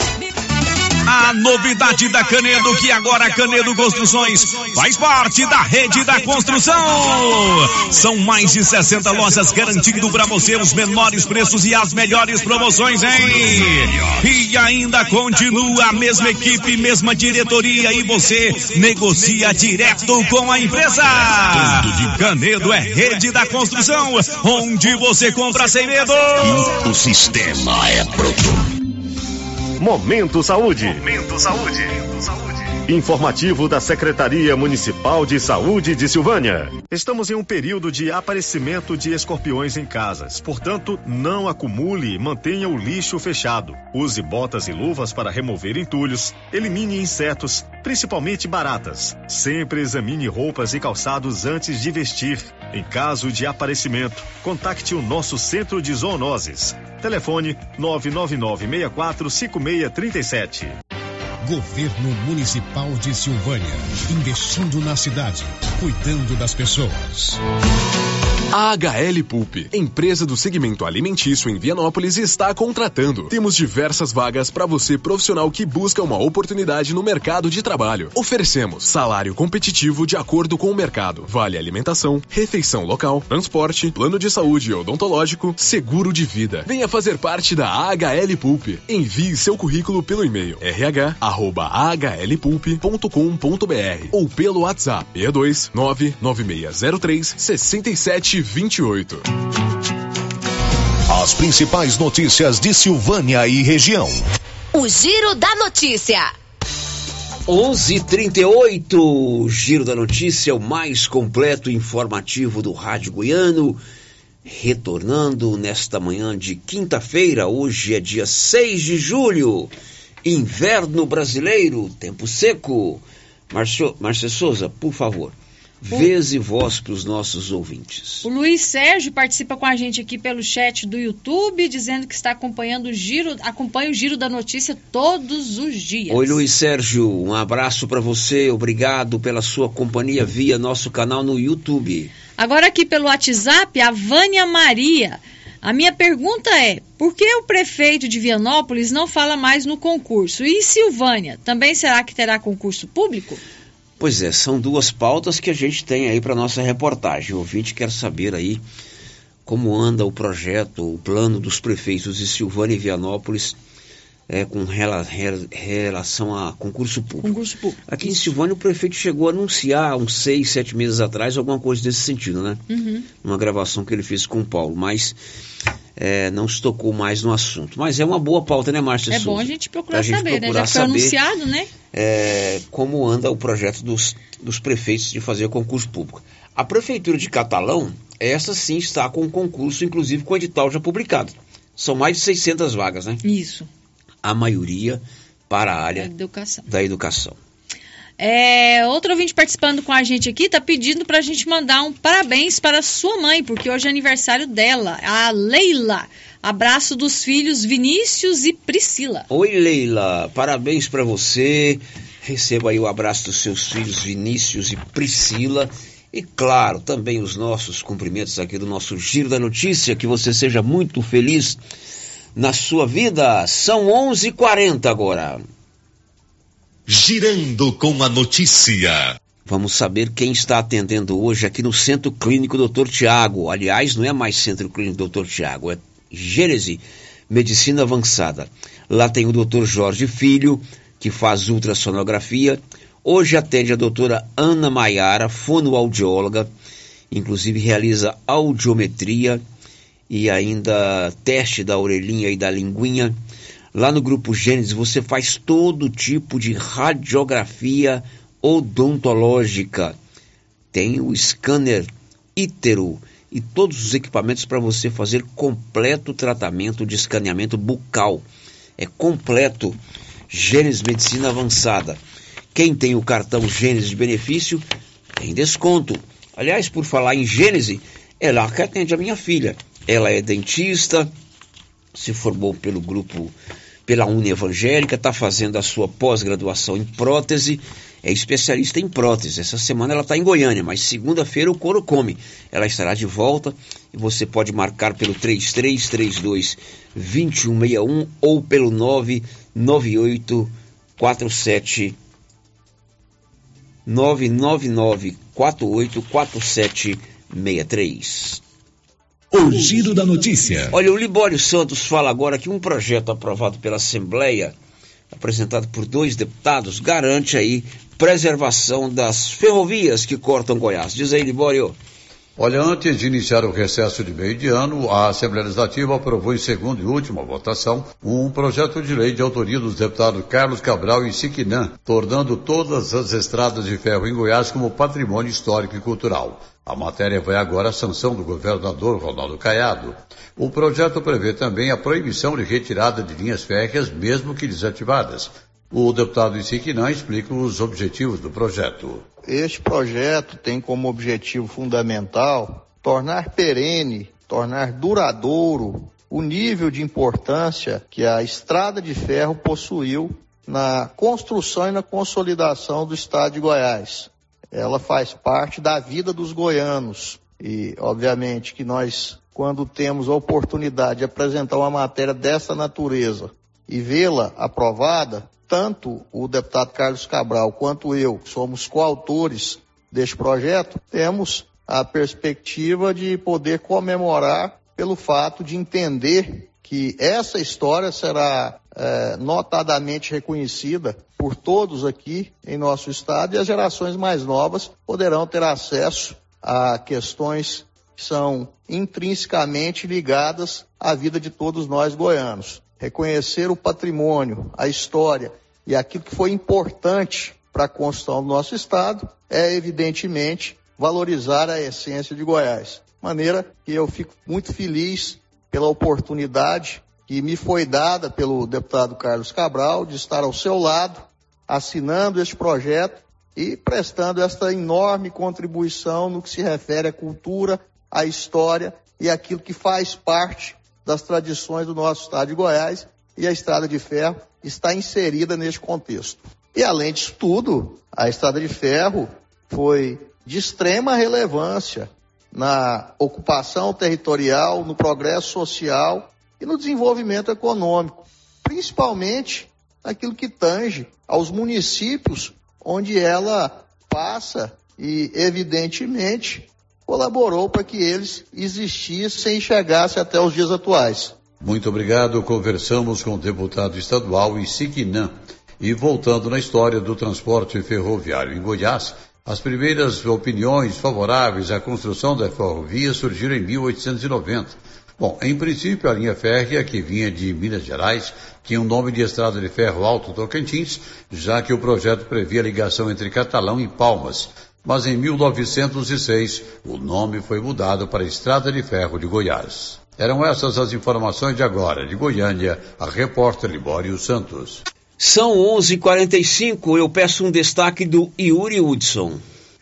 A novidade da Canedo, que agora a Canedo Construções faz parte da rede da construção. São mais de sessenta lojas garantindo para você os menores preços e as melhores promoções, hein? E ainda continua a mesma equipe, mesma diretoria, e você negocia direto com a empresa. Canedo é rede da construção, onde você compra sem medo. O sistema é pronto. Momento Saúde. Momento Saúde. Informativo da Secretaria Municipal de Saúde de Silvânia. Estamos em um período de aparecimento de escorpiões em casas. Portanto, não acumule e mantenha o lixo fechado. Use botas e luvas para remover entulhos. Elimine insetos, principalmente baratas. Sempre examine roupas e calçados antes de vestir. Em caso de aparecimento, contacte o nosso Centro de Zoonoses. Telefone nove nove nove, seis quatro cinco seis três sete. Governo Municipal de Silvânia, investindo na cidade, cuidando das pessoas. A H L Pulp, empresa do segmento alimentício em Vianópolis, está contratando. Temos diversas vagas para você profissional que busca uma oportunidade no mercado de trabalho. Oferecemos salário competitivo de acordo com o mercado, vale alimentação, refeição local, transporte, plano de saúde odontológico, seguro de vida. Venha fazer parte da A H L Pulp. Envie seu currículo pelo e-mail r h arroba a h l pulp ponto com ponto b r ou pelo WhatsApp seis dois nove nove seis zero três seis sete dois oito. As principais notícias de Silvânia e região. O Giro da Notícia. onze e trinta e oito, Giro da Notícia, o mais completo e informativo do Rádio Goiano, retornando nesta manhã de quinta-feira. Hoje é dia seis de julho, inverno brasileiro, tempo seco. Márcio, Márcio Souza, por favor, vez e voz para os nossos ouvintes. O Luiz Sérgio participa com a gente aqui pelo chat do YouTube, dizendo que está acompanhando o giro, acompanha o Giro da Notícia todos os dias. Oi, Luiz Sérgio, um abraço para você, obrigado pela sua companhia via nosso canal no YouTube. Agora aqui pelo WhatsApp, a Vânia Maria. A minha pergunta é, por que o prefeito de Vianópolis não fala mais no concurso? E em Silvânia, também será que terá concurso público? Pois é, são duas pautas que a gente tem aí para nossa reportagem. O ouvinte quer saber aí como anda o projeto, o plano dos prefeitos de Silvânia e Vianópolis é, com rela, rela, relação a concurso público. Concurso público. Aqui Isso. em Silvânia o prefeito chegou a anunciar uns seis, sete meses atrás alguma coisa desse sentido, né? Uhum. Uma gravação que ele fez com o Paulo, mas é, não se tocou mais no assunto. Mas é uma boa pauta, né, Márcia É Souza? bom a gente procurar a gente saber, procurar né? Já foi anunciado, né? É, como anda o projeto dos, dos prefeitos de fazer concurso público. A prefeitura de Catalão, essa sim está com concurso, inclusive com edital já publicado. São mais de seiscentas vagas, né? Isso. A maioria para a área da educação. Da educação. É, outro ouvinte participando com a gente aqui tá pedindo pra gente mandar um parabéns para sua mãe, porque hoje é aniversário dela, a Leila. Abraço dos filhos Vinícius e Priscila. Oi, Leila, parabéns para você. Receba aí o abraço dos seus filhos Vinícius e Priscila. E claro, também os nossos cumprimentos aqui do nosso Giro da Notícia. Que você seja muito feliz na sua vida. São onze e quarenta agora. Girando com a notícia. Vamos saber quem está atendendo hoje aqui no Centro Clínico doutor Tiago. Aliás, não é mais Centro Clínico doutor Tiago, é Gênese Medicina Avançada. Lá tem o doutor Jorge Filho, que faz ultrassonografia. Hoje atende a doutora Ana Maiara, fonoaudióloga, inclusive realiza audiometria e ainda teste da orelhinha e da linguinha. Lá no Grupo Gênesis você faz todo tipo de radiografia odontológica. Tem o scanner ítero e todos os equipamentos para você fazer completo tratamento de escaneamento bucal. É completo. Gênesis Medicina Avançada. Quem tem o cartão Gênesis de benefício tem desconto. Aliás, por falar em Gênesis, é lá que atende a minha filha. Ela é dentista, se formou pelo grupo, pela Uni Evangélica, está fazendo a sua pós-graduação em prótese, é especialista em prótese. Essa semana ela está em Goiânia, mas segunda-feira o couro come. Ela estará de volta e você pode marcar pelo três três três dois, dois um seis um ou pelo nove nove oito quatro sete nove nove nove quatro oito quatro sete seis três. O Giro da Notícia. Olha, o Libório Santos fala agora que um projeto aprovado pela Assembleia, apresentado por dois deputados, garante aí preservação das ferrovias que cortam Goiás. Diz aí, Libório. Olha, antes de iniciar o recesso de meio de ano, a Assembleia Legislativa aprovou em segunda e última votação um projeto de lei de autoria dos deputados Carlos Cabral e Siquinã, tornando todas as estradas de ferro em Goiás como patrimônio histórico e cultural. A matéria vai agora à sanção do governador Ronaldo Caiado. O projeto prevê também a proibição de retirada de linhas férreas, mesmo que desativadas. O deputado Siquinã explica os objetivos do projeto. Este projeto tem como objetivo fundamental tornar perene, tornar duradouro o nível de importância que a estrada de ferro possuiu na construção e na consolidação do estado de Goiás. Ela faz parte da vida dos goianos e, obviamente, que nós, quando temos a oportunidade de apresentar uma matéria dessa natureza e vê-la aprovada, tanto o deputado Carlos Cabral quanto eu, que somos coautores deste projeto, temos a perspectiva de poder comemorar pelo fato de entender que essa história será é, notadamente reconhecida por todos aqui em nosso estado e as gerações mais novas poderão ter acesso a questões que são intrinsecamente ligadas à vida de todos nós goianos. Reconhecer o patrimônio, a história e aquilo que foi importante para a construção do nosso estado é, evidentemente, valorizar a essência de Goiás. De maneira que eu fico muito feliz pela oportunidade que me foi dada pelo deputado Carlos Cabral de estar ao seu lado, assinando este projeto e prestando esta enorme contribuição no que se refere à cultura, à história e aquilo que faz parte das tradições do nosso estado de Goiás, e a Estrada de Ferro está inserida neste contexto. E além disso tudo, a Estrada de Ferro foi de extrema relevância na ocupação territorial, no progresso social e no desenvolvimento econômico, principalmente naquilo que tange aos municípios onde ela passa e, evidentemente, colaborou para que eles existissem e chegassem até os dias atuais. Muito obrigado. Conversamos com o deputado estadual Siquinã. E voltando na história do transporte ferroviário em Goiás, as primeiras opiniões favoráveis à construção da ferrovia surgiram em mil oitocentos e noventa. Bom, em princípio, a linha férrea, que vinha de Minas Gerais, tinha o nome de Estrada de Ferro Alto Tocantins, já que o projeto previa a ligação entre Catalão e Palmas. Mas em mil novecentos e seis, o nome foi mudado para Estrada de Ferro de Goiás. Eram essas as informações de agora. De Goiânia, a repórter Libório Santos. São onze e quarenta e cinco, eu peço um destaque do Yuri Hudson.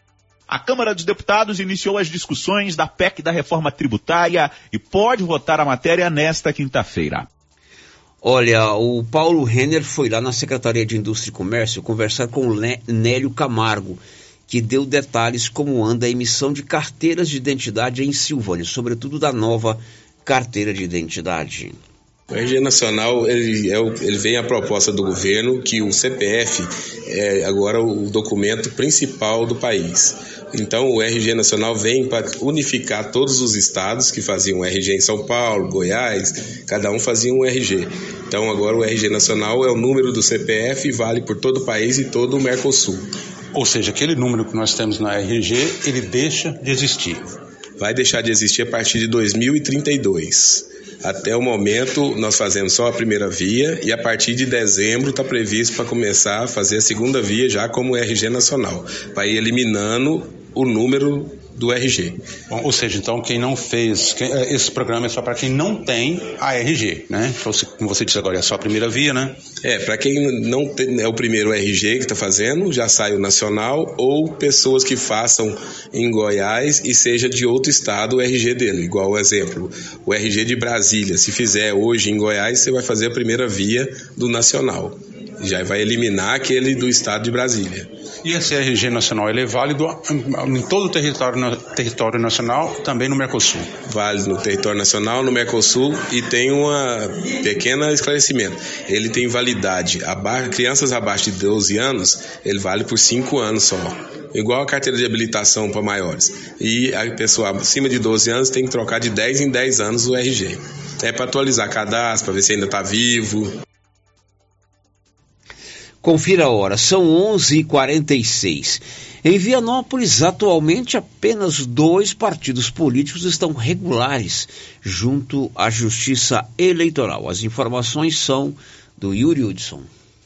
A Câmara dos Deputados iniciou as discussões da P E C da reforma tributária e pode votar a matéria nesta quinta-feira. Olha, o Paulo Renner foi lá na Secretaria de Indústria e Comércio conversar com o Nélio Camargo, que deu detalhes como anda a emissão de carteiras de identidade em Silvânia, sobretudo da nova carteira de identidade. O R G Nacional, ele, é o, ele vem a proposta do governo que o C P F é agora o documento principal do país. Então o R G Nacional vem para unificar todos os estados que faziam R G em São Paulo, Goiás, cada um fazia um R G. Então agora o R G Nacional é o número do C P F e vale por todo o país e todo o Mercosul. Ou seja, aquele número que nós temos na R G, ele deixa de existir. Vai deixar de existir a partir de dois mil e trinta e dois. Até o momento, nós fazemos só a primeira via e a partir de dezembro está previsto para começar a fazer a segunda via já como R G Nacional. Vai ir eliminando o número do R G. Bom, ou seja, então quem não fez, quem, esse programa é só para quem não tem a R G, né? Então, como você disse agora, é só a primeira via, né? É, para quem não tem, é o primeiro R G que está fazendo, já sai o nacional, ou pessoas que façam em Goiás e seja de outro estado o R G dele, igual o exemplo, o R G de Brasília, se fizer hoje em Goiás, você vai fazer a primeira via do nacional. Já vai eliminar aquele do estado de Brasília. E esse R G nacional, ele é válido em todo o território, território nacional, também no Mercosul? Válido no território nacional, no Mercosul, e tem um pequeno esclarecimento. Ele tem validade, aba- crianças abaixo de doze anos, ele vale por cinco anos só. Igual a carteira de habilitação para maiores. E a pessoa acima de doze anos tem que trocar de dez em dez anos o R G. É para atualizar cadastro, para ver se ainda está vivo. Confira a hora, são onze e quarenta e seis. Em Vianópolis, atualmente, apenas dois partidos políticos estão regulares junto à Justiça Eleitoral. As informações são do Yuri Hudson.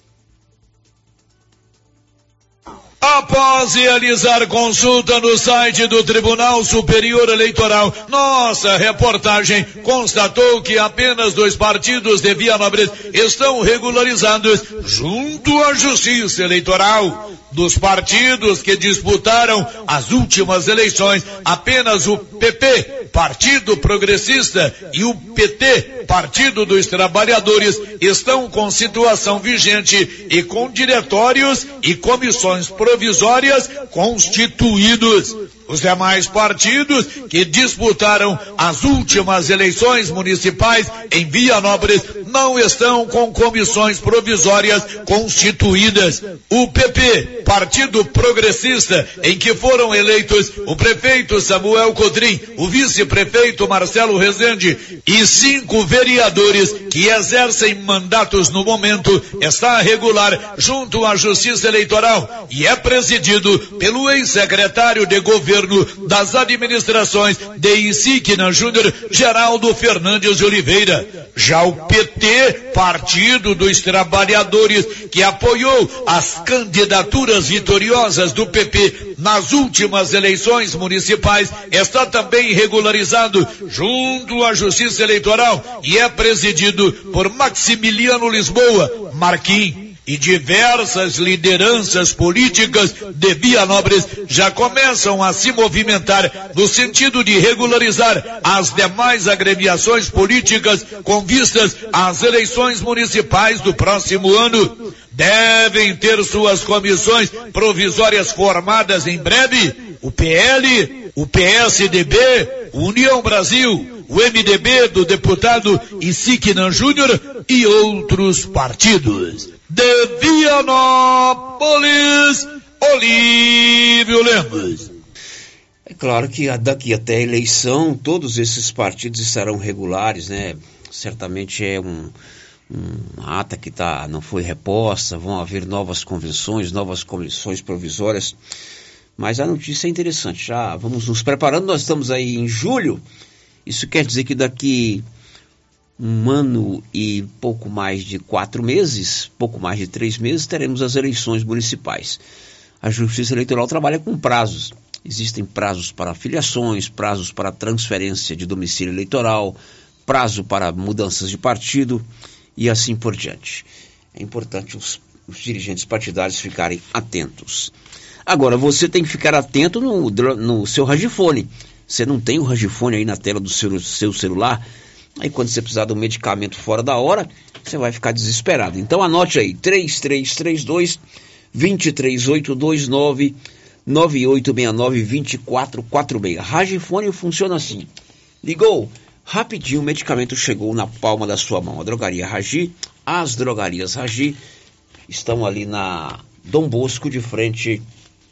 Após realizar consulta no site do Tribunal Superior Eleitoral, nossa reportagem constatou que apenas dois partidos de Vianópolis estão regularizados junto à Justiça Eleitoral. Dos partidos que disputaram as últimas eleições, apenas o P P, Partido Progressista, e o P T, Partido dos Trabalhadores, estão com situação vigente e com diretórios e comissões provisórias constituídos. Os demais partidos que disputaram as últimas eleições municipais em Vianópolis não estão com comissões provisórias constituídas. O P P, Partido Progressista, em que foram eleitos o prefeito Samuel Codrim, o vice-prefeito Marcelo Rezende e cinco vereadores que exercem mandatos no momento, está regular junto à Justiça Eleitoral e é presidido pelo ex-secretário de Governo das administrações de Insíquina Júnior, Geraldo Fernandes de Oliveira. Já o P T, Partido dos Trabalhadores, que apoiou as candidaturas vitoriosas do P P nas últimas eleições municipais, está também regularizado junto à Justiça Eleitoral e é presidido por Maximiliano Lisboa, Marquim. E diversas lideranças políticas de Vianópolis já começam a se movimentar no sentido de regularizar as demais agremiações políticas com vistas às eleições municipais do próximo ano. Devem ter suas comissões provisórias formadas em breve o P L, o P S D B, União Brasil, o M D B do deputado Insíquina Júnior e outros partidos. De Vianópolis, Olívio Lemos. É claro que daqui até a eleição todos esses partidos estarão regulares, né? Certamente é um, uma ata que tá, não foi reposta, vão haver novas convenções, novas comissões provisórias, mas a notícia é interessante. Já vamos nos preparando, nós estamos aí em julho, isso quer dizer que daqui um ano e pouco mais de quatro meses, pouco mais de três meses, teremos as eleições municipais. A Justiça Eleitoral trabalha com prazos. Existem prazos para filiações, prazos para transferência de domicílio eleitoral, prazo para mudanças de partido e assim por diante. É importante os, os dirigentes partidários ficarem atentos. Agora, você tem que ficar atento no, no seu ragifone. Você não tem o ragifone aí na tela do seu, seu celular? Aí quando você precisar de um medicamento fora da hora, você vai ficar desesperado. Então anote aí, três três três dois, dois três oito dois, nove nove oito seis nove, dois quatro quatro seis. Ragifone funciona assim. Ligou, rapidinho o medicamento chegou na palma da sua mão. A drogaria Ragi, as drogarias Ragi estão ali na Dom Bosco, de frente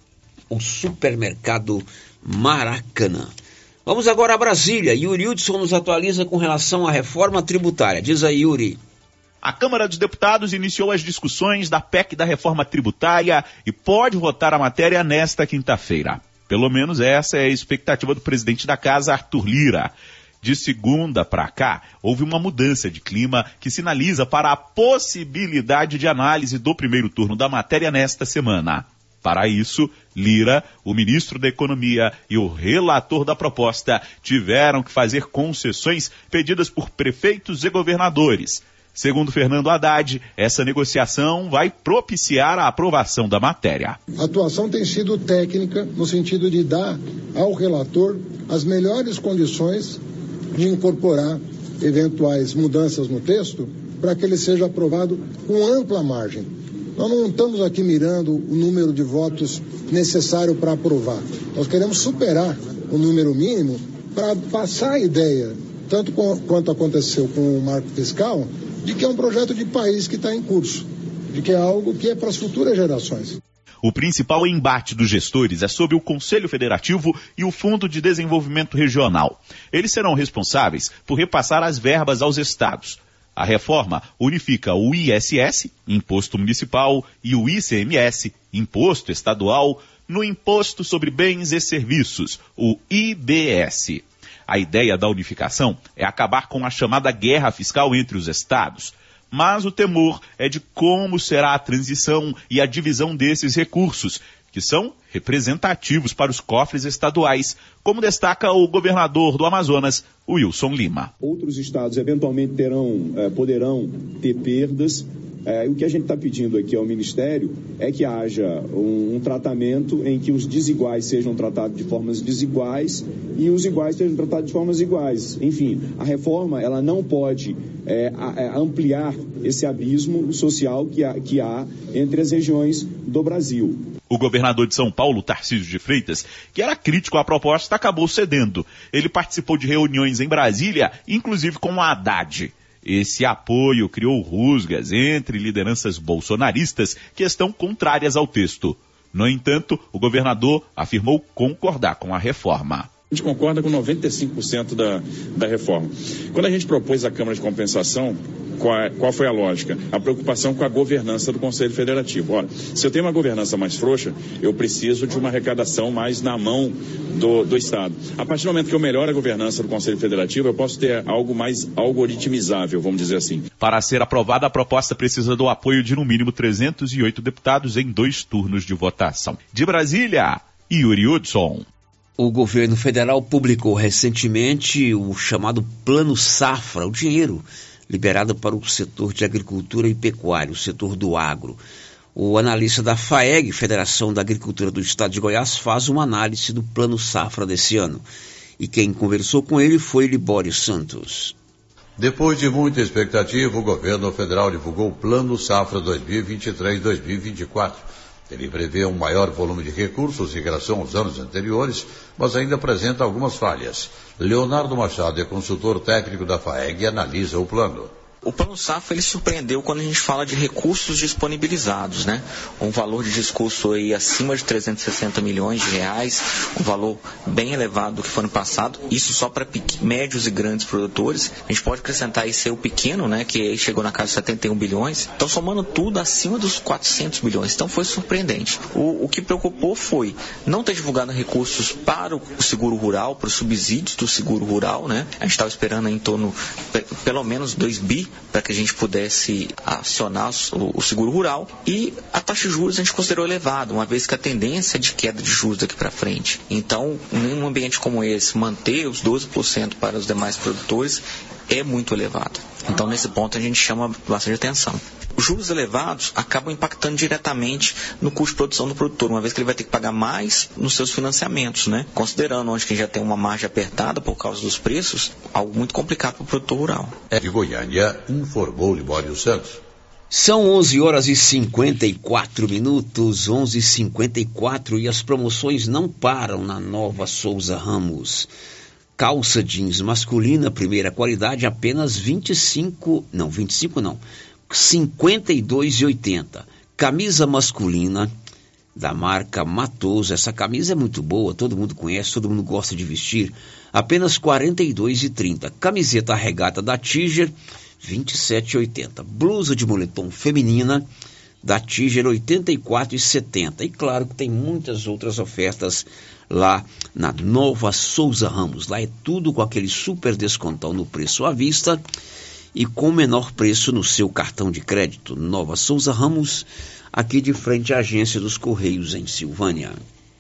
ao supermercado Maracanã. Vamos agora a Brasília. Yuri Hudson nos atualiza com relação à reforma tributária. Diz aí, Yuri. A Câmara dos Deputados iniciou as discussões da P E C da reforma tributária e pode votar a matéria nesta quinta-feira. Pelo menos essa é a expectativa do presidente da Casa, Arthur Lira. De segunda para cá, houve uma mudança de clima que sinaliza para a possibilidade de análise do primeiro turno da matéria nesta semana. Para isso, Lira, o ministro da Economia e o relator da proposta tiveram que fazer concessões pedidas por prefeitos e governadores. Segundo Fernando Haddad, essa negociação vai propiciar a aprovação da matéria. A atuação tem sido técnica no sentido de dar ao relator as melhores condições de incorporar eventuais mudanças no texto para que ele seja aprovado com ampla margem. Nós não estamos aqui mirando o número de votos necessário para aprovar. Nós queremos superar o número mínimo para passar a ideia, tanto com, quanto aconteceu com o marco fiscal, de que é um projeto de país que está em curso, de que é algo que é para as futuras gerações. O principal embate dos gestores é sobre o Conselho Federativo e o Fundo de Desenvolvimento Regional. Eles serão responsáveis por repassar as verbas aos estados. A reforma unifica o I S S, Imposto Municipal, e o I C M S, Imposto Estadual, no Imposto sobre Bens e Serviços, o I B S. A ideia da unificação é acabar com a chamada guerra fiscal entre os estados. Mas o temor é de como será a transição e a divisão desses recursos, que são representativos para os cofres estaduais, como destaca o governador do Amazonas, Wilson Lima. Outros estados eventualmente terão, eh, poderão ter perdas. Eh, o que a gente está pedindo aqui ao Ministério é que haja um, um tratamento em que os desiguais sejam tratados de formas desiguais e os iguais sejam tratados de formas iguais. Enfim, a reforma ela não pode eh, a, a ampliar esse abismo social que há, que há entre as regiões do Brasil. O governador de São Paulo, Tarcísio de Freitas, que era crítico à proposta, acabou cedendo. Ele participou de reuniões em Brasília, inclusive com o Haddad. Esse apoio criou rusgas entre lideranças bolsonaristas que estão contrárias ao texto. No entanto, o governador afirmou concordar com a reforma. A gente concorda com noventa e cinco por cento da, da reforma. Quando a gente propôs a Câmara de Compensação, qual, qual foi a lógica? A preocupação com a governança do Conselho Federativo. Ora, se eu tenho uma governança mais frouxa, eu preciso de uma arrecadação mais na mão do, do Estado. A partir do momento que eu melhoro a governança do Conselho Federativo, eu posso ter algo mais algoritmizável, vamos dizer assim. Para ser aprovada, a proposta precisa do apoio de no mínimo trezentos e oito deputados em dois turnos de votação. De Brasília, Yuri Hudson. O governo federal publicou recentemente o chamado Plano Safra, o dinheiro liberado para o setor de agricultura e pecuária, o setor do agro. O analista da FAEG, Federação da Agricultura do Estado de Goiás, faz uma análise do Plano Safra desse ano. E quem conversou com ele foi Libório Santos. Depois de muita expectativa, o governo federal divulgou o Plano Safra dois mil e vinte e três a dois mil e vinte e quatro. Ele prevê um maior volume de recursos em relação aos anos anteriores, mas ainda apresenta algumas falhas. Leonardo Machado é consultor técnico da FAEG e analisa o plano. O Plano Safra ele surpreendeu quando a gente fala de recursos disponibilizados, né? Um valor de discurso aí acima de trezentos e sessenta milhões de reais, um valor bem elevado do que foi no passado, isso só para médios e grandes produtores. A gente pode acrescentar aí seu pequeno, né? Que chegou na casa de setenta e um bilhões. Então, somando tudo acima dos quatrocentos bilhões. Então, foi surpreendente. O, o que preocupou foi não ter divulgado recursos para o seguro rural, para os subsídios do seguro rural, né? A gente estava esperando em torno, pelo menos dois bi para que a gente pudesse acionar o, o seguro rural, e a taxa de juros a gente considerou elevada, uma vez que a tendência é de queda de juros daqui para frente. Então, em um ambiente como esse, manter os doze por cento para os demais produtores é muito elevada. Então, nesse ponto, a gente chama bastante atenção. Os juros elevados acabam impactando diretamente no custo de produção do produtor, uma vez que ele vai ter que pagar mais nos seus financiamentos, né? Considerando onde que já tem uma margem apertada por causa dos preços, algo muito complicado para o produtor rural. De Goiânia, informou Libório Santos. São onze horas e cinquenta e quatro minutos, onze e cinquenta e quatro, e as promoções não param na Nova Souza Ramos. Calça jeans masculina, primeira qualidade, apenas vinte e cinco, não, vinte e cinco não, cinquenta e dois reais e oitenta centavos. Camisa masculina da marca Matoso, essa camisa é muito boa, todo mundo conhece, todo mundo gosta de vestir, apenas quarenta e dois reais e trinta centavos. Camiseta regata da Tiger, vinte e sete reais e oitenta centavos. Blusa de moletom feminina da Tiger, oitenta e quatro reais e setenta centavos. E claro que tem muitas outras ofertas lá na Nova Souza Ramos. Lá é tudo com aquele super descontão no preço à vista e com menor preço no seu cartão de crédito. Nova Souza Ramos, aqui de frente à agência dos Correios em Silvânia.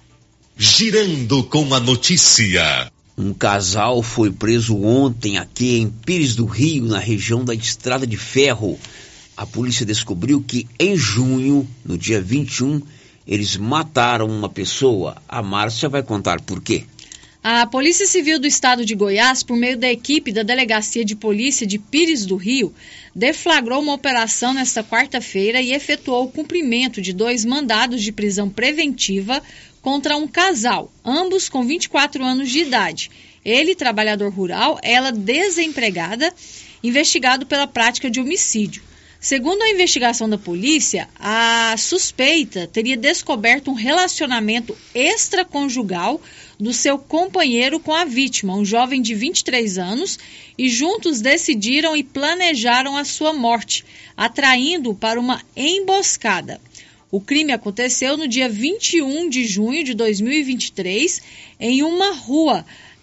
Girando com a notícia. Um casal foi preso ontem aqui em Pires do Rio, na região da Estrada de Ferro. A polícia descobriu que em junho, no dia vinte e um, eles mataram uma pessoa. A Márcia vai contar por quê. A Polícia Civil do Estado de Goiás, por meio da equipe da Delegacia de Polícia de Pires do Rio, deflagrou uma operação nesta quarta-feira e efetuou o cumprimento de dois mandados de prisão preventiva contra um casal, ambos com vinte e quatro anos de idade. Ele, trabalhador rural, ela desempregada, investigado pela prática de homicídio. Segundo a investigação da polícia, a suspeita teria descoberto um relacionamento extraconjugal do seu companheiro com a vítima, um jovem de vinte e três anos, e juntos decidiram e planejaram a sua morte, atraindo-o para uma emboscada. O crime aconteceu no dia vinte e um de junho de dois mil e vinte e três, em uma rua,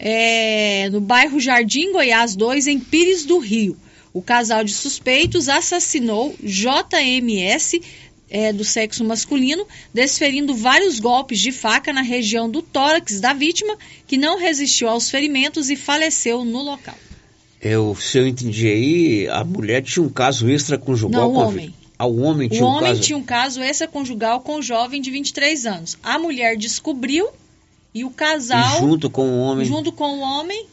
é, no bairro Jardim Goiás dois, em Pires do Rio. O casal de suspeitos assassinou J M S, é, do sexo masculino, desferindo vários golpes de faca na região do tórax da vítima, que não resistiu aos ferimentos e faleceu no local. Eu, se eu entendi aí, a mulher tinha um caso extraconjugal. Não, o homem. Ah, o homem tinha o um homem caso... tinha um caso extraconjugal com o jovem de vinte e três anos. A mulher descobriu e o casal... E junto com o homem... Junto com o homem...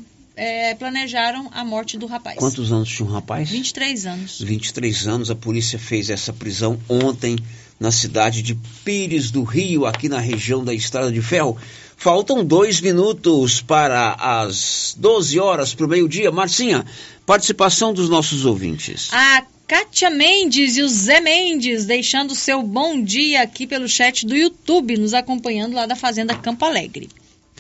É, planejaram a morte do rapaz. Quantos anos tinha um rapaz? vinte e três anos. vinte e três anos. A polícia fez essa prisão ontem na cidade de Pires do Rio, aqui na região da Estrada de Ferro. Faltam dois minutos para as doze horas para o meio-dia. Marcinha, participação dos nossos ouvintes. A Kátia Mendes e o Zé Mendes deixando seu bom dia aqui pelo chat do YouTube, nos acompanhando lá da Fazenda Campo Alegre.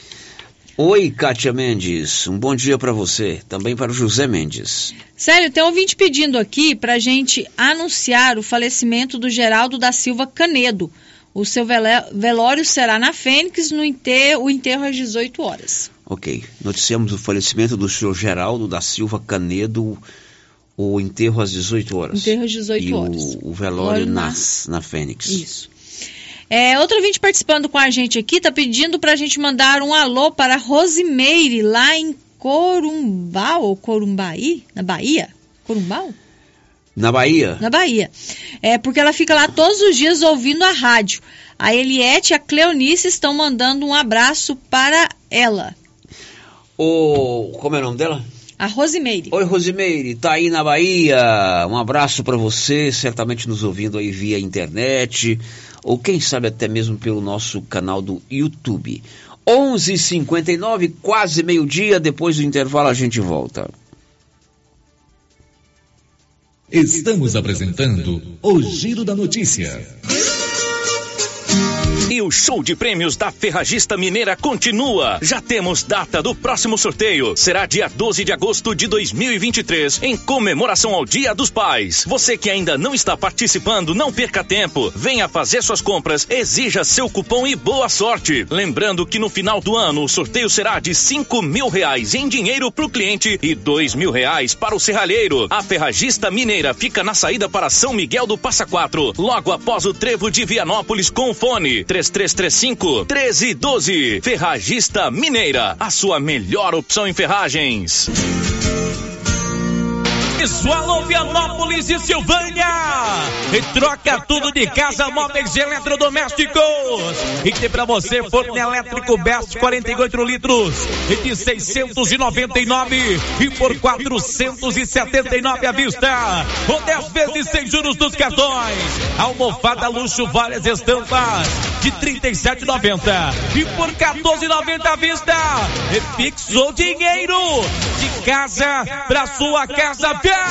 Oi, Kátia Mendes, um bom dia para você, também para o José Mendes. Sério, tem um ouvinte pedindo aqui para a gente anunciar o falecimento do Geraldo da Silva Canedo. O seu velório será na Fênix, no enterro, o enterro às dezoito horas. Ok, noticiamos o falecimento do senhor Geraldo da Silva Canedo, o enterro às dezoito horas. Enterro às dezoito e horas. E o, o velório na, na Fênix. Isso. É, outro ouvinte participando com a gente aqui está pedindo para a gente mandar um alô para Rosimeire, lá em Corumbau, ou Corumbaí, na Bahia? Corumbau? Na Bahia. Na Bahia. É, porque ela fica lá todos os dias ouvindo a rádio. A Eliette e a Cleonice estão mandando um abraço para ela. O, como é o nome dela? A Rosimeire. Oi, Rosimeire, tá aí na Bahia. Um abraço para você, certamente nos ouvindo aí via internet, ou quem sabe até mesmo pelo nosso canal do YouTube. onze e cinquenta e nove, quase meio-dia, depois do intervalo a gente volta. Estamos apresentando o Giro da Notícia. E o show de prêmios da Ferragista Mineira continua. Já temos data do próximo sorteio. Será dia doze de agosto de dois mil e vinte e três, em comemoração ao Dia dos Pais. Você que ainda não está participando, não perca tempo. Venha fazer suas compras, exija seu cupom e boa sorte. Lembrando que no final do ano o sorteio será de cinco mil reais em dinheiro para o cliente e dois mil reais para o serralheiro. A Ferragista Mineira fica na saída para São Miguel do Passa Quatro, logo após o trevo de Vianópolis, com fone três três três cinco, um três um dois. Ferragista Mineira, a sua melhor opção em ferragens. Visual Vianópolis e Silvânia. E troca tudo de casa, móveis e eletrodomésticos. E tem pra você forno elétrico Best quarenta e oito litros e de seiscentos e noventa e nove e por quatrocentos e setenta e nove à vista. Ou dez vezes sem juros dos cartões. Almofada luxo, várias estampas de trinta e sete reais e noventa centavos e por quatorze reais e noventa centavos à vista. E fixou dinheiro de casa pra sua casa.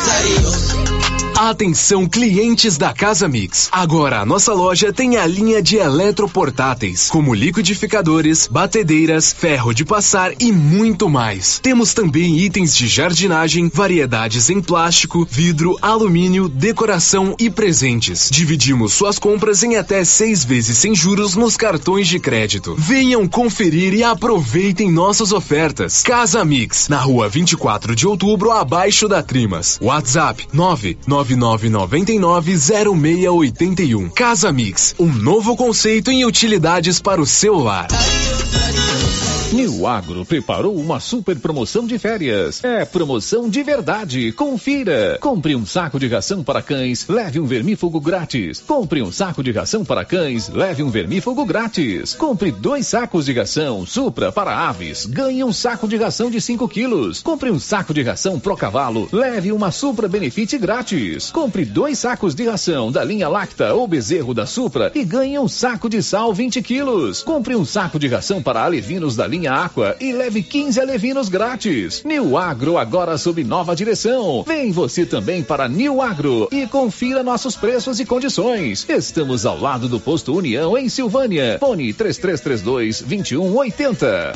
Atenção, clientes da Casa Mix. Agora a nossa loja tem a linha de eletroportáteis, como liquidificadores, batedeiras, ferro de passar e muito mais. Temos também itens de jardinagem, variedades em plástico, vidro, alumínio, decoração e presentes. Dividimos suas compras em até seis vezes sem juros nos cartões de crédito. Venham conferir e aproveitem nossas ofertas. Casa Mix, na rua vinte e quatro de outubro, abaixo da Trimas. WhatsApp nove nove nove nove nove zero seis oito um. Casa Mix, um novo conceito em utilidades para o celular. New Agro preparou uma super promoção de férias. É promoção de verdade. Confira. Compre um saco de ração para cães, leve um vermífugo grátis. Compre um saco de ração para cães, leve um vermífugo grátis. Compre dois sacos de ração Supra para aves, ganhe um saco de ração de cinco quilos. Compre um saco de ração Pro Cavalo, leve uma Supra Benefit grátis. Compre dois sacos de ração da linha Lacta ou Bezerro da Supra e ganhe um saco de sal vinte quilos. Compre um saco de ração para alevinos da linha Aqua e leve quinze alevinos grátis. New Agro agora sob nova direção. Vem você também para New Agro e confira nossos preços e condições. Estamos ao lado do Posto União em Silvânia. Fone três três três dois, dois um oito zero.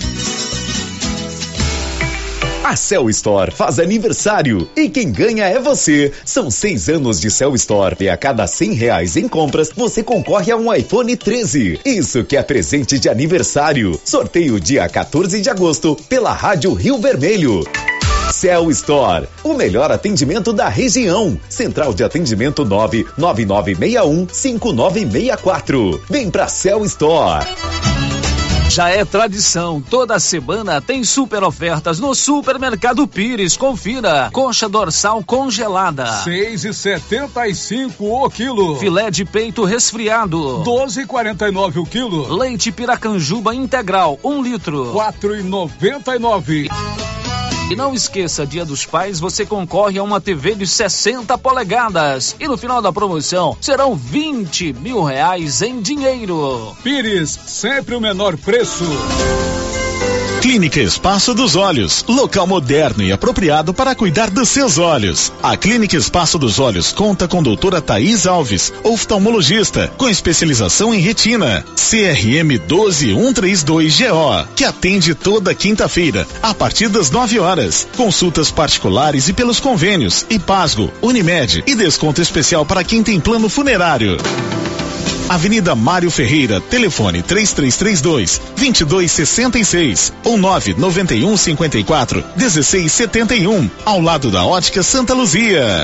A Cell Store faz aniversário e quem ganha é você. São seis anos de Cell Store e a cada cem reais em compras você concorre a um iPhone treze. Isso que é presente de aniversário. Sorteio dia quatorze de agosto pela Rádio Rio Vermelho. Cell Store, o melhor atendimento da região. Central de atendimento nove nove nove seis um cinco nove seis quatro. Vem pra Cell Store. Já é tradição, toda semana tem super ofertas no Supermercado Pires. Confira: coxa dorsal congelada seis e setenta e cinco o quilo. Filé de peito resfriado doze e quarenta e nove o quilo. Leite Piracanjuba integral um litro quatro e noventa e nove. E não esqueça, Dia dos Pais, você concorre a uma T V de sessenta polegadas. E no final da promoção, serão vinte mil reais em dinheiro. Pires, sempre o menor preço. Clínica Espaço dos Olhos, local moderno e apropriado para cuidar dos seus olhos. A Clínica Espaço dos Olhos conta com doutora Thaís Alves, oftalmologista, com especialização em retina, C R M um dois um três dois G O, que atende toda quinta-feira, a partir das nove horas. Consultas particulares e pelos convênios, Ipasgo, Unimed e desconto especial para quem tem plano funerário. Avenida Mário Ferreira, telefone três três três dois, dois dois seis seis ou nove nove um cinco quatro, um seis sete um, ao lado da Ótica Santa Luzia.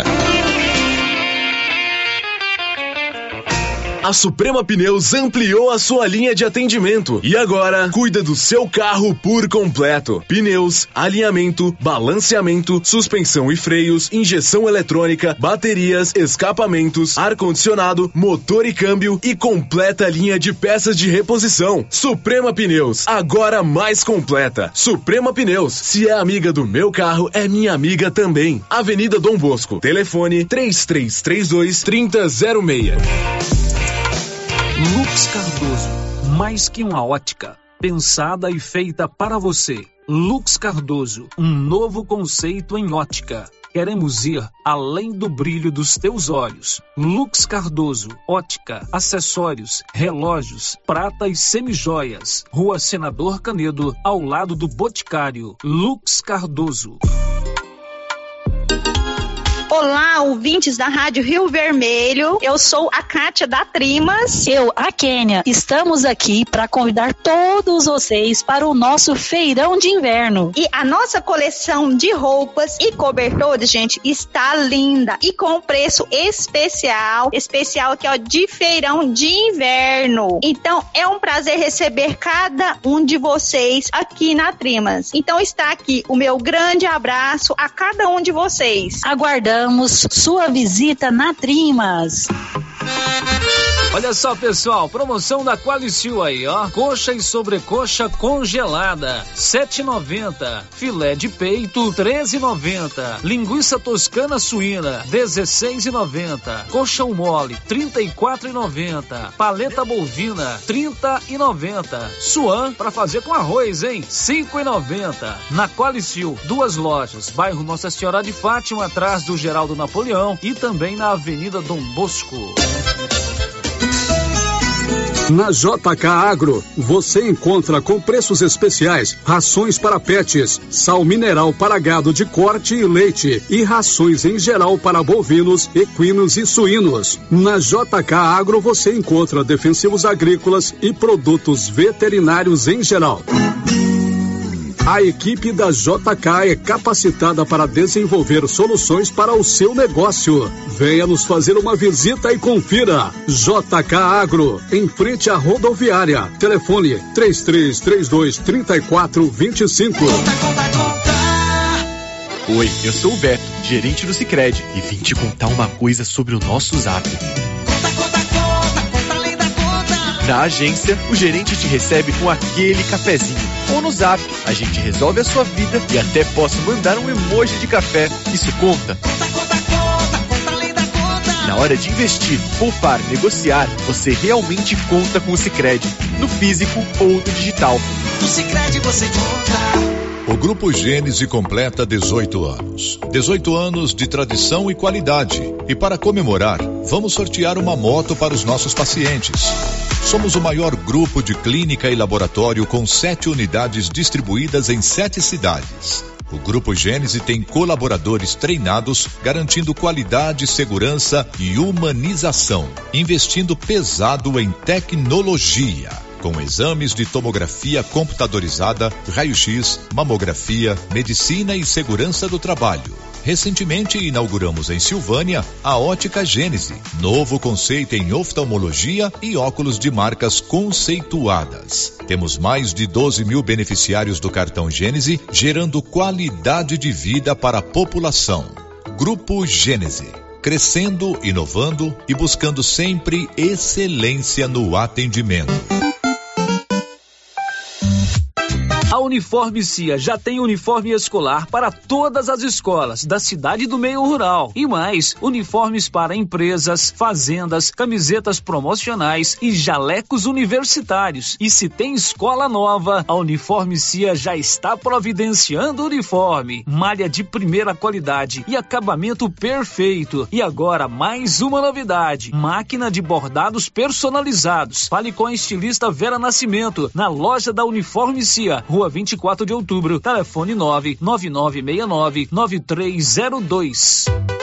A Suprema Pneus ampliou a sua linha de atendimento e agora cuida do seu carro por completo. Pneus, alinhamento, balanceamento, suspensão e freios, injeção eletrônica, baterias, escapamentos, ar-condicionado, motor e câmbio e completa linha de peças de reposição. Suprema Pneus, agora mais completa. Suprema Pneus, se é amiga do meu carro, é minha amiga também. Avenida Dom Bosco, telefone três três três dois, três zero zero seis. Lux Cardoso, mais que uma ótica, pensada e feita para você. Lux Cardoso, um novo conceito em ótica. Queremos ir além do brilho dos teus olhos. Lux Cardoso, ótica, acessórios, relógios, prata e semijoias. Rua Senador Canedo, ao lado do Boticário. Lux Cardoso. Olá, ouvintes da Rádio Rio Vermelho. Eu sou a Kátia da Trimas. Eu, a Kênia. Estamos aqui para convidar todos vocês para o nosso feirão de inverno. E a nossa coleção de roupas e cobertores, gente, está linda e com preço especial, especial aqui, ó, de feirão de inverno. Então, é um prazer receber cada um de vocês aqui na Trimas. Então, está aqui o meu grande abraço a cada um de vocês. Aguardamos Aguardamos sua visita na Trimas. Olha só, pessoal, promoção da Qualicil aí, ó. Coxa e sobrecoxa congelada, sete reais e noventa centavos. Filé de peito, treze reais e noventa centavos. Linguiça toscana suína, dezesseis reais e noventa centavos. Colchão mole, trinta e quatro reais e noventa centavos. Paleta bovina, trinta reais e noventa centavos. Suan para fazer com arroz, hein? cinco reais e noventa centavos. Na Qualicil, duas lojas, bairro Nossa Senhora de Fátima, atrás do Geraldo Napoleão, e também na Avenida Dom Bosco. Na J K Agro, você encontra com preços especiais rações para pets, sal mineral para gado de corte e leite e rações em geral para bovinos, equinos e suínos. Na J K Agro você encontra defensivos agrícolas e produtos veterinários em geral. A equipe da J K é capacitada para desenvolver soluções para o seu negócio. Venha nos fazer uma visita e confira. J K Agro, em frente à rodoviária. Telefone três três três dois, três quatro dois cinco. Oi, eu sou o Beto, gerente do Sicredi, e vim te contar uma coisa sobre o nosso Zap. Na agência, o gerente te recebe com aquele cafezinho. Ou no Zap, a gente resolve a sua vida e até posso mandar um emoji de café. Isso conta? Na hora de investir, poupar, negociar, você realmente conta com o Sicredi, no físico ou no digital. No Sicredi você conta. O Grupo Gênese completa dezoito anos. dezoito anos de tradição e qualidade. E para comemorar, vamos sortear uma moto para os nossos pacientes. Somos o maior grupo de clínica e laboratório com sete unidades distribuídas em sete cidades. O Grupo Gênese tem colaboradores treinados, garantindo qualidade, segurança e humanização, investindo pesado em tecnologia, com exames de tomografia computadorizada, raio-x, mamografia, medicina e segurança do trabalho. Recentemente inauguramos em Silvânia a Ótica Gênese, novo conceito em oftalmologia e óculos de marcas conceituadas. Temos mais de doze mil beneficiários do cartão Gênese, gerando qualidade de vida para a população. Grupo Gênese, crescendo, inovando e buscando sempre excelência no atendimento. A Uniforme C I A já tem uniforme escolar para todas as escolas da cidade e do meio rural. E mais, uniformes para empresas, fazendas, camisetas promocionais e jalecos universitários. E se tem escola nova, a Uniforme C I A já está providenciando uniforme. Malha de primeira qualidade e acabamento perfeito. E agora mais uma novidade: máquina de bordados personalizados. Fale com a estilista Vera Nascimento na loja da Uniforme C I A, Rua vinte e quatro de outubro, telefone nove nove nove seis nove nove três zero dois.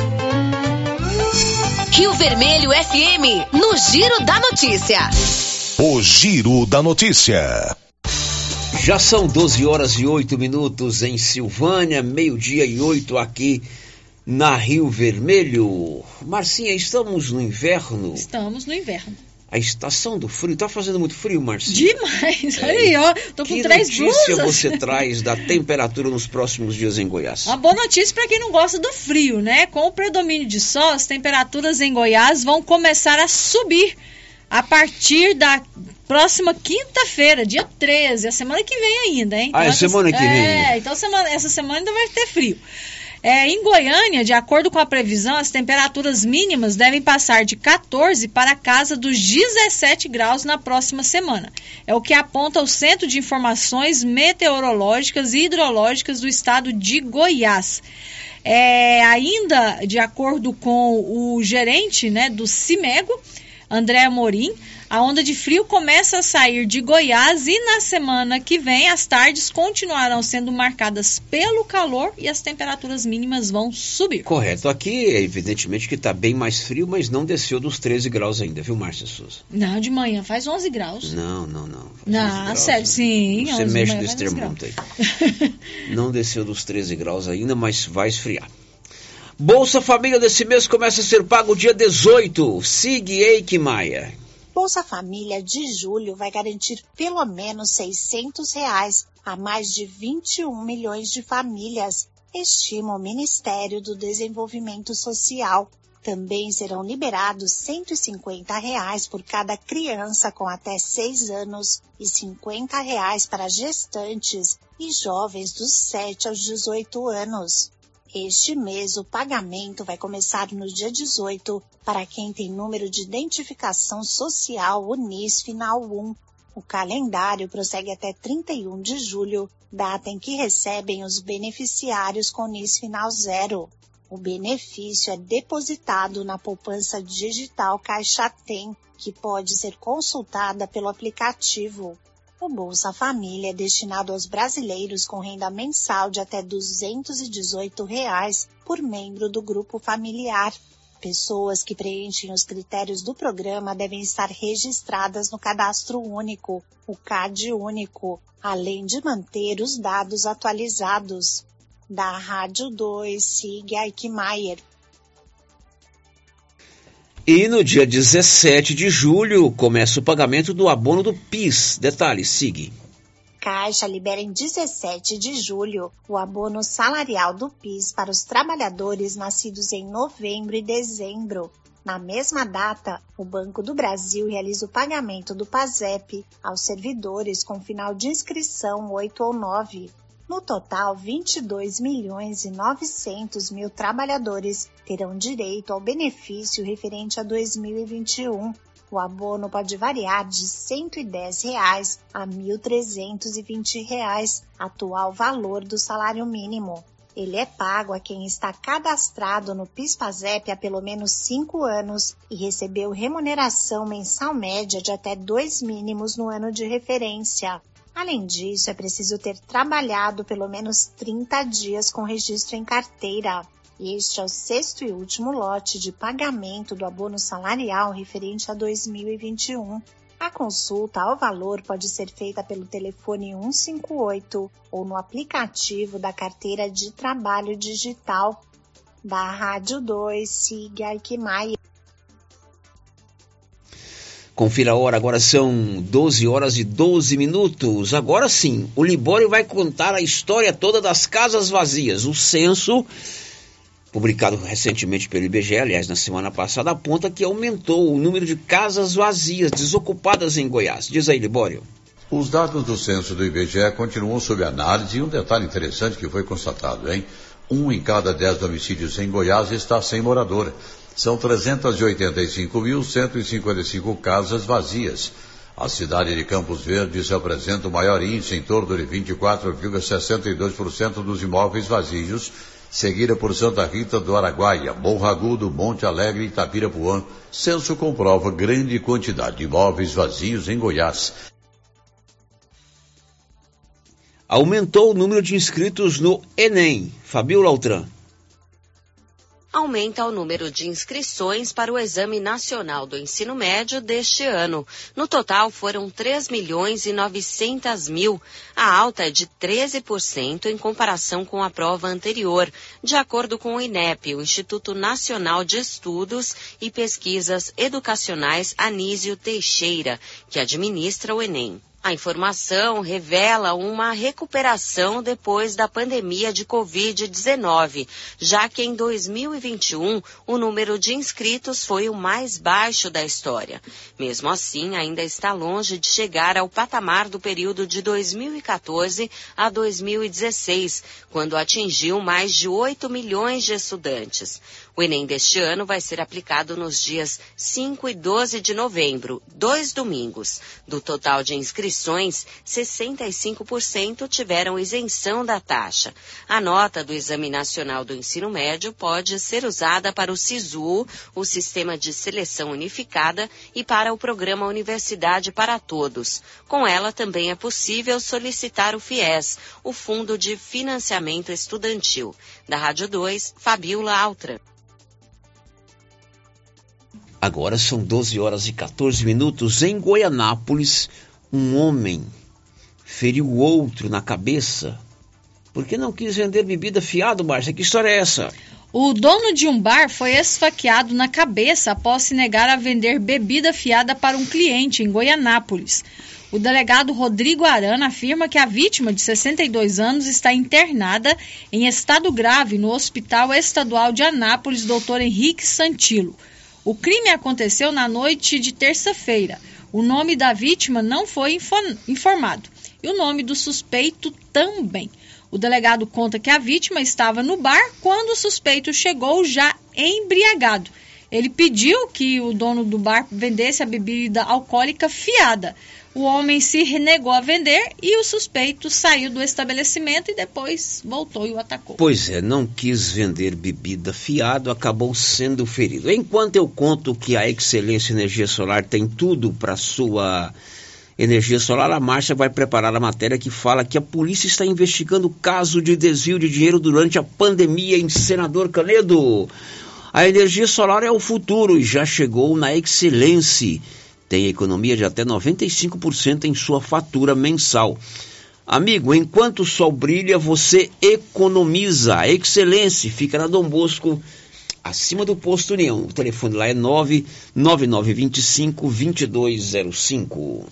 Rio Vermelho F M, no Giro da Notícia. O Giro da Notícia. Já são doze horas e oito minutos em Silvânia, meio-dia e oito aqui na Rio Vermelho. Marcinha, estamos no inverno? Estamos no inverno. A estação do frio, tá fazendo muito frio, Marcinho? Demais, olha aí, ó, tô com três blusas. Que notícia você traz da temperatura nos próximos dias em Goiás? Uma boa notícia para quem não gosta do frio, né? Com o predomínio de sol, as temperaturas em Goiás vão começar a subir a partir da próxima quinta-feira, dia treze, a semana que vem ainda, hein? Então, ah, é semana que vem. É, então semana, essa semana ainda vai ter frio. É, em Goiânia, de acordo com a previsão, as temperaturas mínimas devem passar de quatorze para a casa dos dezessete graus na próxima semana. É o que aponta o Centro de Informações Meteorológicas e Hidrológicas do estado de Goiás. É, ainda, de acordo com o gerente, né, do CIMEGO, André Amorim, a onda de frio começa a sair de Goiás e na semana que vem as tardes continuarão sendo marcadas pelo calor e as temperaturas mínimas vão subir. Correto. Aqui, evidentemente que está bem mais frio, mas não desceu dos treze graus ainda, viu, Márcia Souza? Não, de manhã faz onze graus. Não, não, não. Não, graus, sério, sim. Você mexe nesse termômetro aí. Não desceu dos treze graus ainda, mas vai esfriar. Bolsa Família desse mês começa a ser pago dia dezoito. Sig Eichmeier. Bolsa Família de julho vai garantir pelo menos seiscentos reais a mais de vinte e um milhões de famílias. estima o Ministério do Desenvolvimento Social. Também serão liberados cento e cinquenta reais por cada criança com até seis anos e cinquenta reais para gestantes e jovens dos sete aos dezoito anos. Este mês, o pagamento vai começar no dia dezoito para quem tem número de identificação social UNIS Final um. O calendário prossegue até trinta e um de julho, data em que recebem os beneficiários com UNIS Final zero. O benefício é depositado na poupança digital Caixa Tem, que pode ser consultada pelo aplicativo. O Bolsa Família é destinado aos brasileiros com renda mensal de até duzentos e dezoito reais por membro do grupo familiar. Pessoas que preenchem os critérios do programa devem estar registradas no Cadastro Único, o CAD Único, além de manter os dados atualizados. Da Rádio dois, Sig Eichmeier. E no dia dezessete de julho começa o pagamento do abono do PIS. Detalhe, Sig. Caixa libera em dezessete de julho o abono salarial do PIS para os trabalhadores nascidos em novembro e dezembro. Na mesma data, o Banco do Brasil realiza o pagamento do PASEP aos servidores com final de inscrição oito ou nove. No total, vinte e dois milhões e novecentos mil trabalhadores terão direito ao benefício referente a dois mil e vinte e um. O abono pode variar de cento e dez reais a mil trezentos e vinte reais, atual valor do salário mínimo. Ele é pago a quem está cadastrado no PIS/PASEP há pelo menos cinco anos e recebeu remuneração mensal média de até dois mínimos no ano de referência. Além disso, é preciso ter trabalhado pelo menos trinta dias com registro em carteira. Este é o sexto e último lote de pagamento do abono salarial referente a dois mil e vinte e um. A consulta ao valor pode ser feita pelo telefone cento e cinquenta e oito ou no aplicativo da Carteira de Trabalho Digital. Da Rádio dois, Sig Eichmeier. Confira a hora, agora são doze horas e doze minutos. Agora sim, o Libório vai contar a história toda das casas vazias. O censo, publicado recentemente pelo I B G E, aliás, na semana passada, aponta que aumentou o número de casas vazias, desocupadas em Goiás. Diz aí, Libório. Os dados do censo do I B G E continuam sob análise e um detalhe interessante que foi constatado, hein? Um em cada dez domicílios em Goiás está sem morador. São trezentas e oitenta e cinco mil, cento e cinquenta e cinco casas vazias. A cidade de Campos Verdes apresenta o maior índice, em torno de vinte e quatro vírgula sessenta e dois por cento dos imóveis vazios, seguida por Santa Rita do Araguaia, Morro Agudo, Monte Alegre e Itapirapuã. Censo comprova grande quantidade de imóveis vazios em Goiás. Aumentou o número de inscritos no Enem. Fabiola Altran. Aumenta o número de inscrições para o Exame Nacional do Ensino Médio deste ano. No total, foram três milhões e novecentos mil. A alta é de treze por cento em comparação com a prova anterior, de acordo com o INEP, o Instituto Nacional de Estudos e Pesquisas Educacionais Anísio Teixeira, que administra o Enem. A informação revela uma recuperação depois da pandemia de covid dezenove, já que em dois mil e vinte e um o número de inscritos foi o mais baixo da história. Mesmo assim, ainda está longe de chegar ao patamar do período de dois mil e quatorze a dois mil e dezesseis, quando atingiu mais de oito milhões de estudantes. O Enem deste ano vai ser aplicado nos dias cinco e doze de novembro, dois domingos. Do total de inscrições, sessenta e cinco por cento tiveram isenção da taxa. A nota do Exame Nacional do Ensino Médio pode ser usada para o SISU, o Sistema de Seleção Unificada, e para o Programa Universidade para Todos. Com ela também é possível solicitar o FIES, o Fundo de Financiamento Estudantil. Da Rádio dois, Fabiola Altran. Agora são doze horas e quatorze minutos. Em Goianápolis, um homem feriu outro na cabeça porque não quis vender bebida fiado, Márcia. Que história é essa? O dono de um bar foi esfaqueado na cabeça após se negar a vender bebida fiada para um cliente em Goianápolis. O delegado Rodrigo Arana afirma que a vítima, de sessenta e dois anos, está internada em estado grave no Hospital Estadual de Anápolis, doutor Henrique Santilo. O crime aconteceu na noite de terça-feira. O nome da vítima não foi informado e o nome do suspeito também. O delegado conta que a vítima estava no bar quando o suspeito chegou já embriagado. Ele pediu que o dono do bar vendesse a bebida alcoólica fiada. O homem se renegou a vender e o suspeito saiu do estabelecimento e depois voltou e o atacou. Pois é, não quis vender bebida fiado, acabou sendo ferido. Enquanto eu conto que a Excelência Energia Solar tem tudo para sua energia solar, a Márcia vai preparar a matéria que fala que a polícia está investigando o caso de desvio de dinheiro durante a pandemia em Senador Canedo. A energia solar é o futuro e já chegou na Excelência. Tem economia de até noventa e cinco por cento em sua fatura mensal. Amigo, enquanto o sol brilha, você economiza. A Excelência fica na Dom Bosco, acima do Posto União. O telefone lá é nove nove nove dois cinco, dois dois zero cinco.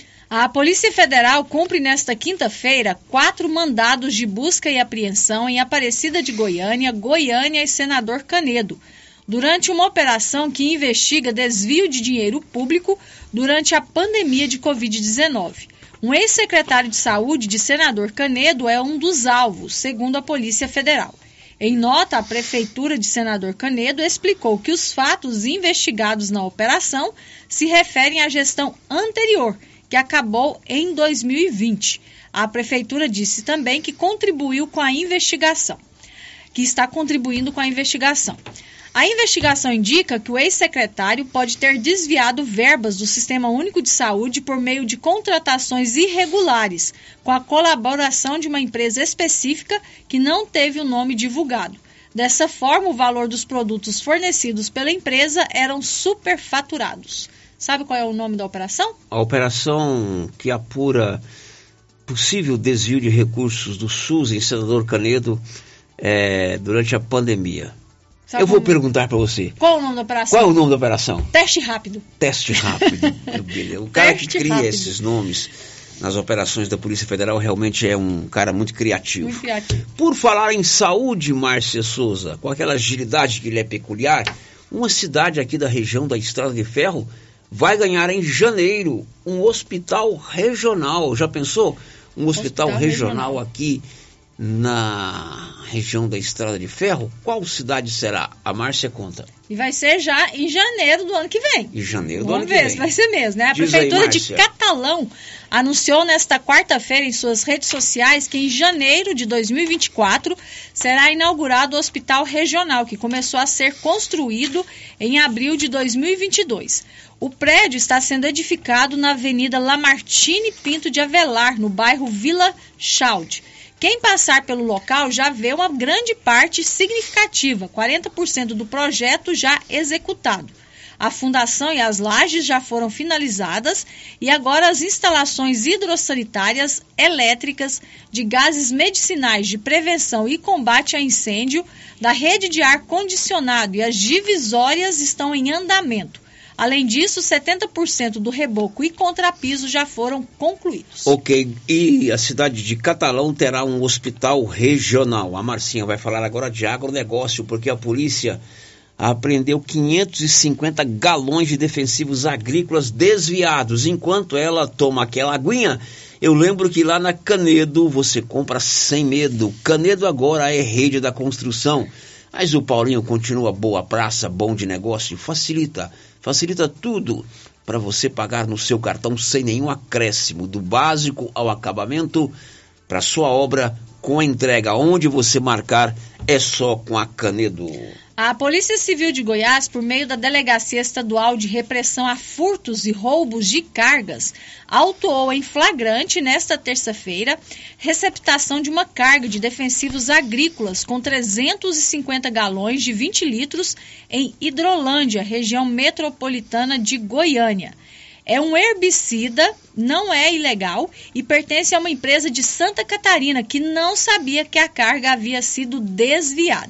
A Polícia Federal cumpre nesta quinta-feira quatro mandados de busca e apreensão em Aparecida de Goiânia, Goiânia e Senador Canedo, durante uma operação que investiga desvio de dinheiro público durante a pandemia de covid dezenove. Um ex-secretário de Saúde de Senador Canedo é um dos alvos, segundo a Polícia Federal. Em nota, a Prefeitura de Senador Canedo explicou que os fatos investigados na operação se referem à gestão anterior, que acabou em dois mil e vinte. A Prefeitura disse também que contribuiu com a investigação, que está contribuindo com a investigação. A investigação indica que o ex-secretário pode ter desviado verbas do Sistema Único de Saúde por meio de contratações irregulares, com a colaboração de uma empresa específica que não teve o nome divulgado. Dessa forma, o valor dos produtos fornecidos pela empresa eram superfaturados. Sabe qual é o nome da operação? A operação que apura possível desvio de recursos do SUS em Senador Canedo é, durante a pandemia. Sabe Eu vou como... perguntar para você. Qual o nome da operação? Qual é o nome da operação? Teste rápido. Teste rápido. Meu Deus. O cara Teste que cria rápido. esses nomes nas operações da Polícia Federal realmente é um cara muito criativo. Muito criativo. Por falar em saúde, Márcia Souza, com aquela agilidade que lhe é peculiar, uma cidade aqui da região da Estrada de Ferro vai ganhar em janeiro um hospital regional. Já pensou? Um hospital, hospital regional, regional aqui na região da Estrada de Ferro. Qual cidade será? A Márcia conta. E vai ser já em janeiro do ano que vem. Em janeiro do Vamos ano que ver vem. se vai ser mesmo, né? A Diz Prefeitura aí, de Catalão anunciou nesta quarta-feira em suas redes sociais que em janeiro de dois mil e vinte e quatro será inaugurado o Hospital Regional, que começou a ser construído em abril de dois mil e vinte e dois. O prédio está sendo edificado na Avenida Lamartine Pinto de Avelar, no bairro Vila Chaude. Quem passar pelo local já vê uma grande parte significativa, quarenta por cento do projeto já executado. A fundação e as lajes já foram finalizadas e agora as instalações hidrossanitárias, elétricas, de gases medicinais de prevenção e combate a incêndio, da rede de ar condicionado e as divisórias estão em andamento. Além disso, setenta por cento do reboco e contrapiso já foram concluídos. Ok, e a cidade de Catalão terá um hospital regional. A Marcinha vai falar agora de agronegócio, porque a polícia apreendeu quinhentos e cinquenta galões de defensivos agrícolas desviados. Enquanto ela toma aquela aguinha, eu lembro que lá na Canedo você compra sem medo. Canedo agora é rede da construção. Mas o Paulinho continua boa praça, bom de negócio, facilita, facilita tudo para você pagar no seu cartão sem nenhum acréscimo, do básico ao acabamento, para sua obra, com a entrega onde você marcar, é só com a Canedo. A Polícia Civil de Goiás, por meio da Delegacia Estadual de Repressão a Furtos e Roubos de Cargas, autuou em flagrante, nesta terça-feira, receptação de uma carga de defensivos agrícolas com trezentos e cinquenta galões de vinte litros em Hidrolândia, região metropolitana de Goiânia. É um herbicida, não é ilegal e pertence a uma empresa de Santa Catarina que não sabia que a carga havia sido desviada.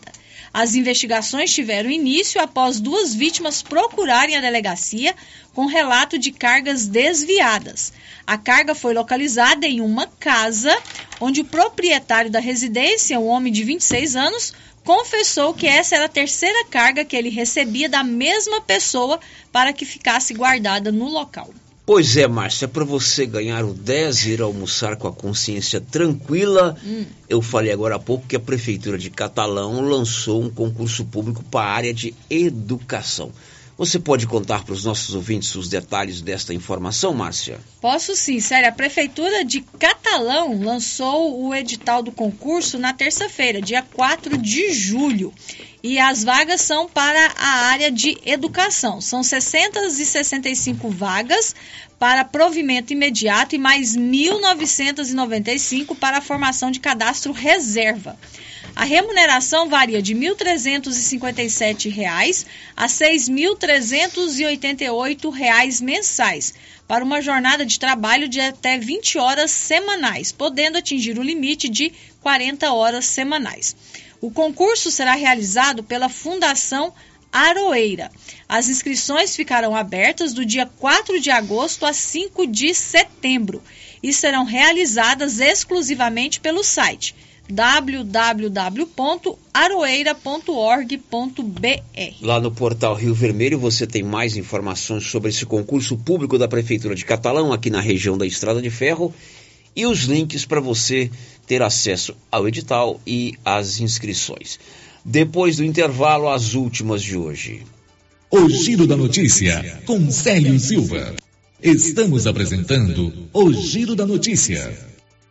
As investigações tiveram início após duas vítimas procurarem a delegacia com relato de cargas desviadas. A carga foi localizada em uma casa, onde o proprietário da residência, um homem de vinte e seis anos, confessou que essa era a terceira carga que ele recebia da mesma pessoa para que ficasse guardada no local. Pois é, Márcia, para você ganhar o dez e ir almoçar com a consciência tranquila, hum. eu falei agora há pouco que a Prefeitura de Catalão lançou um concurso público para a área de educação. Você pode contar para os nossos ouvintes os detalhes desta informação, Márcia? Posso sim, sério. A Prefeitura de Catalão lançou o edital do concurso na terça-feira, dia quatro de julho. E as vagas são para a área de educação. São seiscentas e sessenta e cinco vagas para provimento imediato e mais mil novecentas e noventa e cinco para a formação de cadastro reserva. A remuneração varia de mil trezentos e cinquenta e sete reais a seis mil trezentos e oitenta e oito reais mensais, para uma jornada de trabalho de até vinte horas semanais, podendo atingir o limite de quarenta horas semanais. O concurso será realizado pela Fundação Aroeira. As inscrições ficarão abertas do dia quatro de agosto a cinco de setembro e serão realizadas exclusivamente pelo site w w w ponto aroeira ponto org ponto b r. Lá no portal Rio Vermelho você tem mais informações sobre esse concurso público da Prefeitura de Catalão, aqui na região da Estrada de Ferro, e os links para você ter acesso ao edital e às inscrições. Depois do intervalo, as últimas de hoje. O Giro da Notícia, com Célio Silva. Estamos apresentando o Giro da Notícia.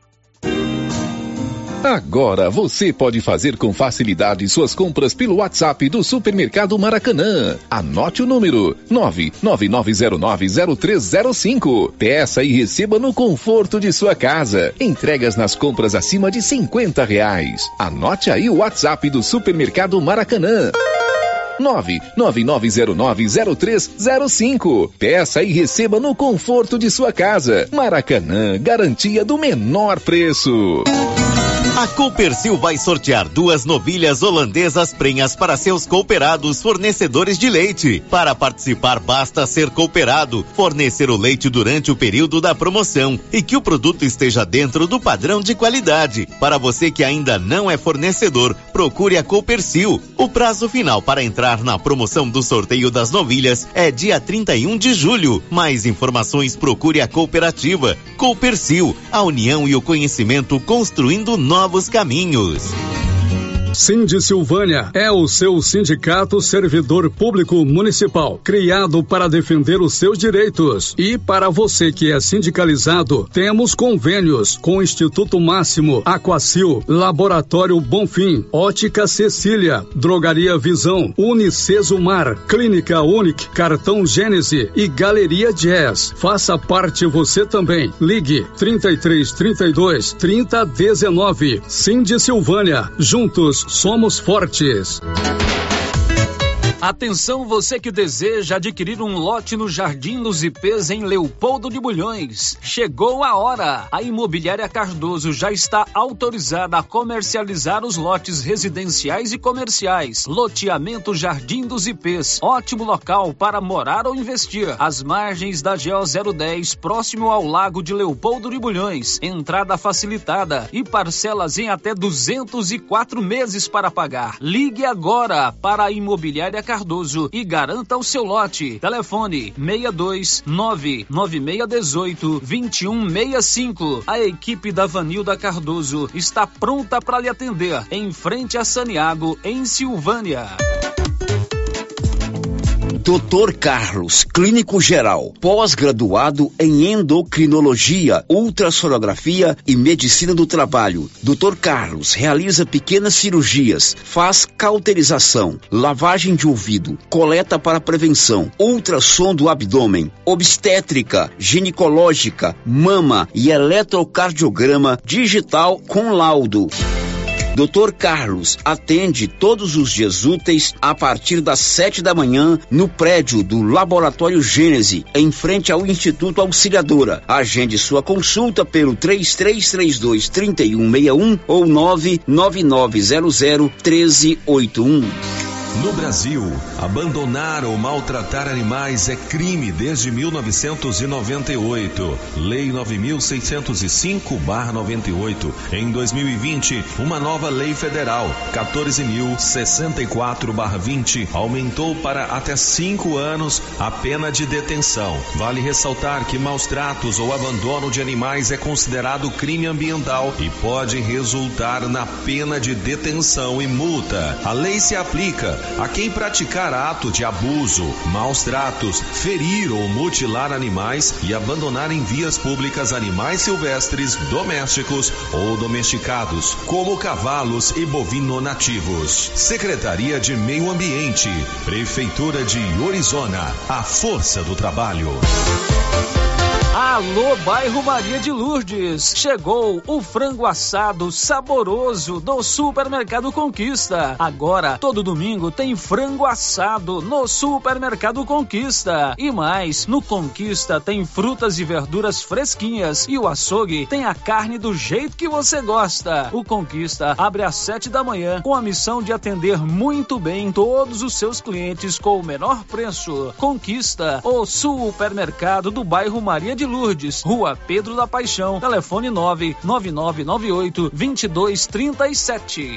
Agora você pode fazer com facilidade suas compras pelo WhatsApp do Supermercado Maracanã. Anote o número nove nove nove zero nove zero três zero cinco. Peça e receba no conforto de sua casa. Entregas nas compras acima de cinquenta reais. Anote aí o WhatsApp do Supermercado Maracanã. nove nove nove zero nove zero três zero cinco. Peça e receba no conforto de sua casa. Maracanã, garantia do menor preço. A Copercil vai sortear duas novilhas holandesas prenhas para seus cooperados fornecedores de leite. Para participar, basta ser cooperado, fornecer o leite durante o período da promoção e que o produto esteja dentro do padrão de qualidade. Para você que ainda não é fornecedor, procure a Copercil. O prazo final para entrar na promoção do sorteio das novilhas é dia trinta e um de julho. Mais informações, procure a cooperativa. Copercil, a união e o conhecimento construindo novos Novos caminhos. Sindi Silvânia é o seu sindicato servidor público municipal, criado para defender os seus direitos. E para você que é sindicalizado, temos convênios com o Instituto Máximo, Aquacil, Laboratório Bonfim, Ótica Cecília, Drogaria Visão, Unicesumar, Clínica Unic, Cartão Gênese e Galeria Jazz. Faça parte você também. Ligue trinta e três, trinta e dois, trinta, dezenove. Sindi Silvânia, juntos somos fortes. Atenção, você que deseja adquirir um lote no Jardim dos Ipês em Leopoldo de Bulhões. Chegou a hora! A Imobiliária Cardoso já está autorizada a comercializar os lotes residenciais e comerciais. Loteamento Jardim dos Ipês, ótimo local para morar ou investir. Às margens da G O zero dez, próximo ao Lago de Leopoldo de Bulhões. Entrada facilitada e parcelas em até duzentos e quatro meses para pagar. Ligue agora para a Imobiliária Cardoso e garanta o seu lote. Telefone seis dois nove nove seis um oito dois um seis cinco. A equipe da Vanilda Cardoso está pronta para lhe atender em frente a Saniago, em Silvânia. doutor Carlos, clínico geral, pós-graduado em endocrinologia, ultrassonografia e medicina do trabalho. doutor Carlos realiza pequenas cirurgias, faz cauterização, lavagem de ouvido, coleta para prevenção, ultrassom do abdômen, obstétrica, ginecológica, mama e eletrocardiograma digital com laudo. doutor Carlos atende todos os dias úteis a partir das sete da manhã no prédio do Laboratório Gênese, em frente ao Instituto Auxiliadora. Agende sua consulta pelo três três três dois, três um seis um ou nove nove nove zero zero, um três oito um. No Brasil, abandonar ou maltratar animais é crime desde mil novecentos e noventa e oito. Lei nove mil seiscentos e cinco barra noventa e oito. Em dois mil e vinte, uma nova lei federal, quatorze mil sessenta e quatro barra vinte, aumentou para até cinco anos a pena de detenção. Vale ressaltar que maus tratos ou abandono de animais é considerado crime ambiental e pode resultar na pena de detenção e multa. A lei se aplica a quem praticar ato de abuso, maus tratos, ferir ou mutilar animais e abandonar em vias públicas animais silvestres, domésticos ou domesticados, como cavalos e bovino-nativos. Secretaria de Meio Ambiente, Prefeitura de Orizona, a força do trabalho. Alô, bairro Maria de Lourdes. Chegou o frango assado saboroso do Supermercado Conquista. Agora, todo domingo tem frango assado no Supermercado Conquista. E mais, no Conquista tem frutas e verduras fresquinhas e o açougue tem a carne do jeito que você gosta. O Conquista abre às sete da manhã com a missão de atender muito bem todos os seus clientes com o menor preço. Conquista, o supermercado do bairro Maria de Lourdes, Rua Pedro da Paixão, telefone nove nove nove nove oito, dois dois três sete.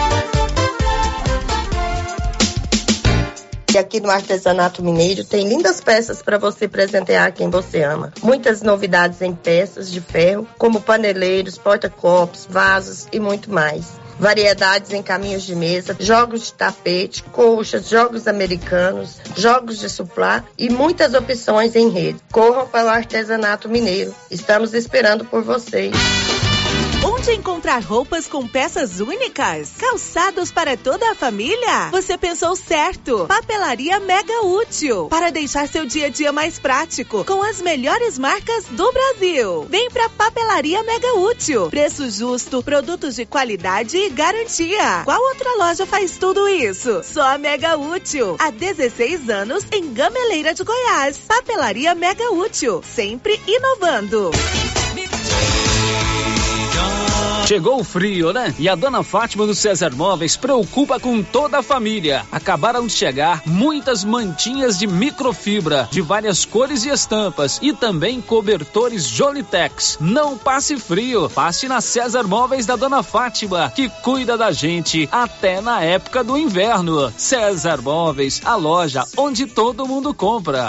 E aqui no Artesanato Mineiro tem lindas peças para você presentear quem você ama. Muitas novidades em peças de ferro, como paneleiros, porta-copos, vasos e muito mais. Variedades em caminhos de mesa, jogos de tapete, colchas, jogos americanos, jogos de suplá e muitas opções em rede. Corram para o Artesanato Mineiro. Estamos esperando por vocês. Onde encontrar roupas com peças únicas? Calçados para toda a família? Você pensou certo. Papelaria Mega Útil. Para deixar seu dia a dia mais prático, com as melhores marcas do Brasil. Vem pra Papelaria Mega Útil. Preço justo, produtos de qualidade e garantia. Qual outra loja faz tudo isso? Só a Mega Útil. Há dezesseis anos em Gameleira de Goiás. Papelaria Mega Útil. Sempre inovando. Chegou o frio, né? E a dona Fátima do César Móveis preocupa com toda a família. Acabaram de chegar muitas mantinhas de microfibra, de várias cores e estampas, e também cobertores Jolitex. Não passe frio, passe na César Móveis da dona Fátima, que cuida da gente até na época do inverno. César Móveis, a loja onde todo mundo compra.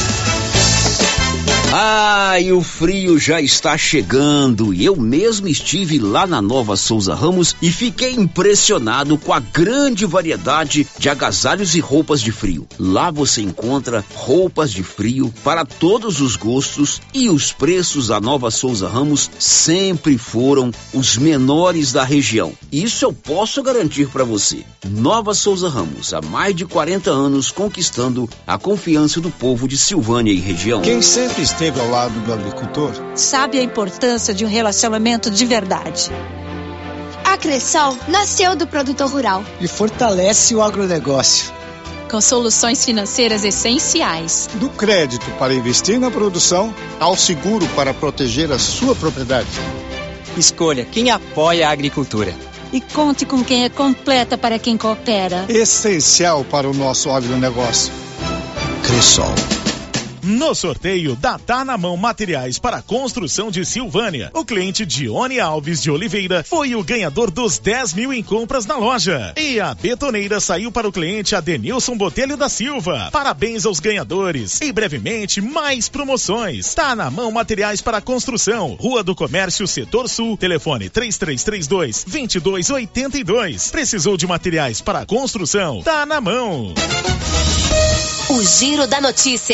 Ah, e o frio já está chegando. Eu mesmo estive lá na Nova Souza Ramos e fiquei impressionado com a grande variedade de agasalhos e roupas de frio. Lá você encontra roupas de frio para todos os gostos e os preços da Nova Souza Ramos sempre foram os menores da região. Isso eu posso garantir para você. Nova Souza Ramos, há mais de quarenta anos conquistando a confiança do povo de Silvânia e região. Quem sempre esteve ao lado do agricultor sabe a importância de um relacionamento de verdade. A Cressol nasceu do produtor rural e fortalece o agronegócio com soluções financeiras essenciais. Do crédito para investir na produção ao seguro para proteger a sua propriedade. Escolha quem apoia a agricultura. E conte com quem é completa para quem coopera. Essencial para o nosso agronegócio. Cressol. No sorteio da Tá na Mão Materiais para Construção de Silvânia, o cliente Dione Alves de Oliveira foi o ganhador dos dez mil em compras na loja. E a betoneira saiu para o cliente Adenilson Botelho da Silva. Parabéns aos ganhadores. E brevemente, mais promoções. Tá na Mão Materiais para Construção, Rua do Comércio, Setor Sul, telefone três três três dois, dois dois oito dois. Precisou de materiais para construção? Tá na mão. O Giro da Notícia.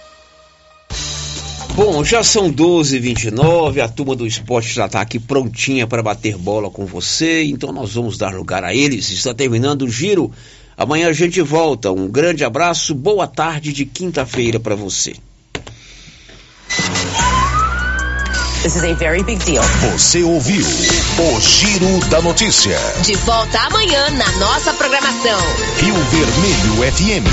Bom, já são doze e vinte e nove, a turma do esporte já está aqui prontinha para bater bola com você, então nós vamos dar lugar a eles. Está terminando o giro, amanhã a gente volta. Um grande abraço, boa tarde de quinta-feira para você. This is a very big deal. Você ouviu o Giro da Notícia. De volta amanhã na nossa programação. Rio Vermelho F M.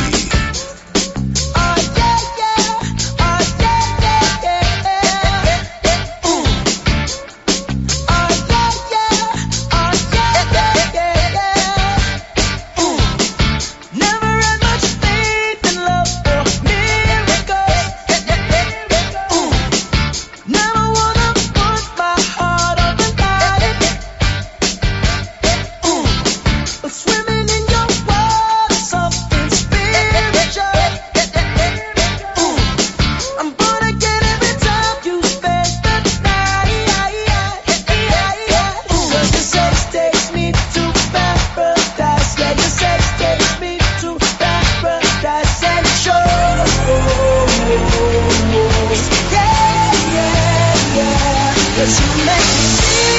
Cause you make me feel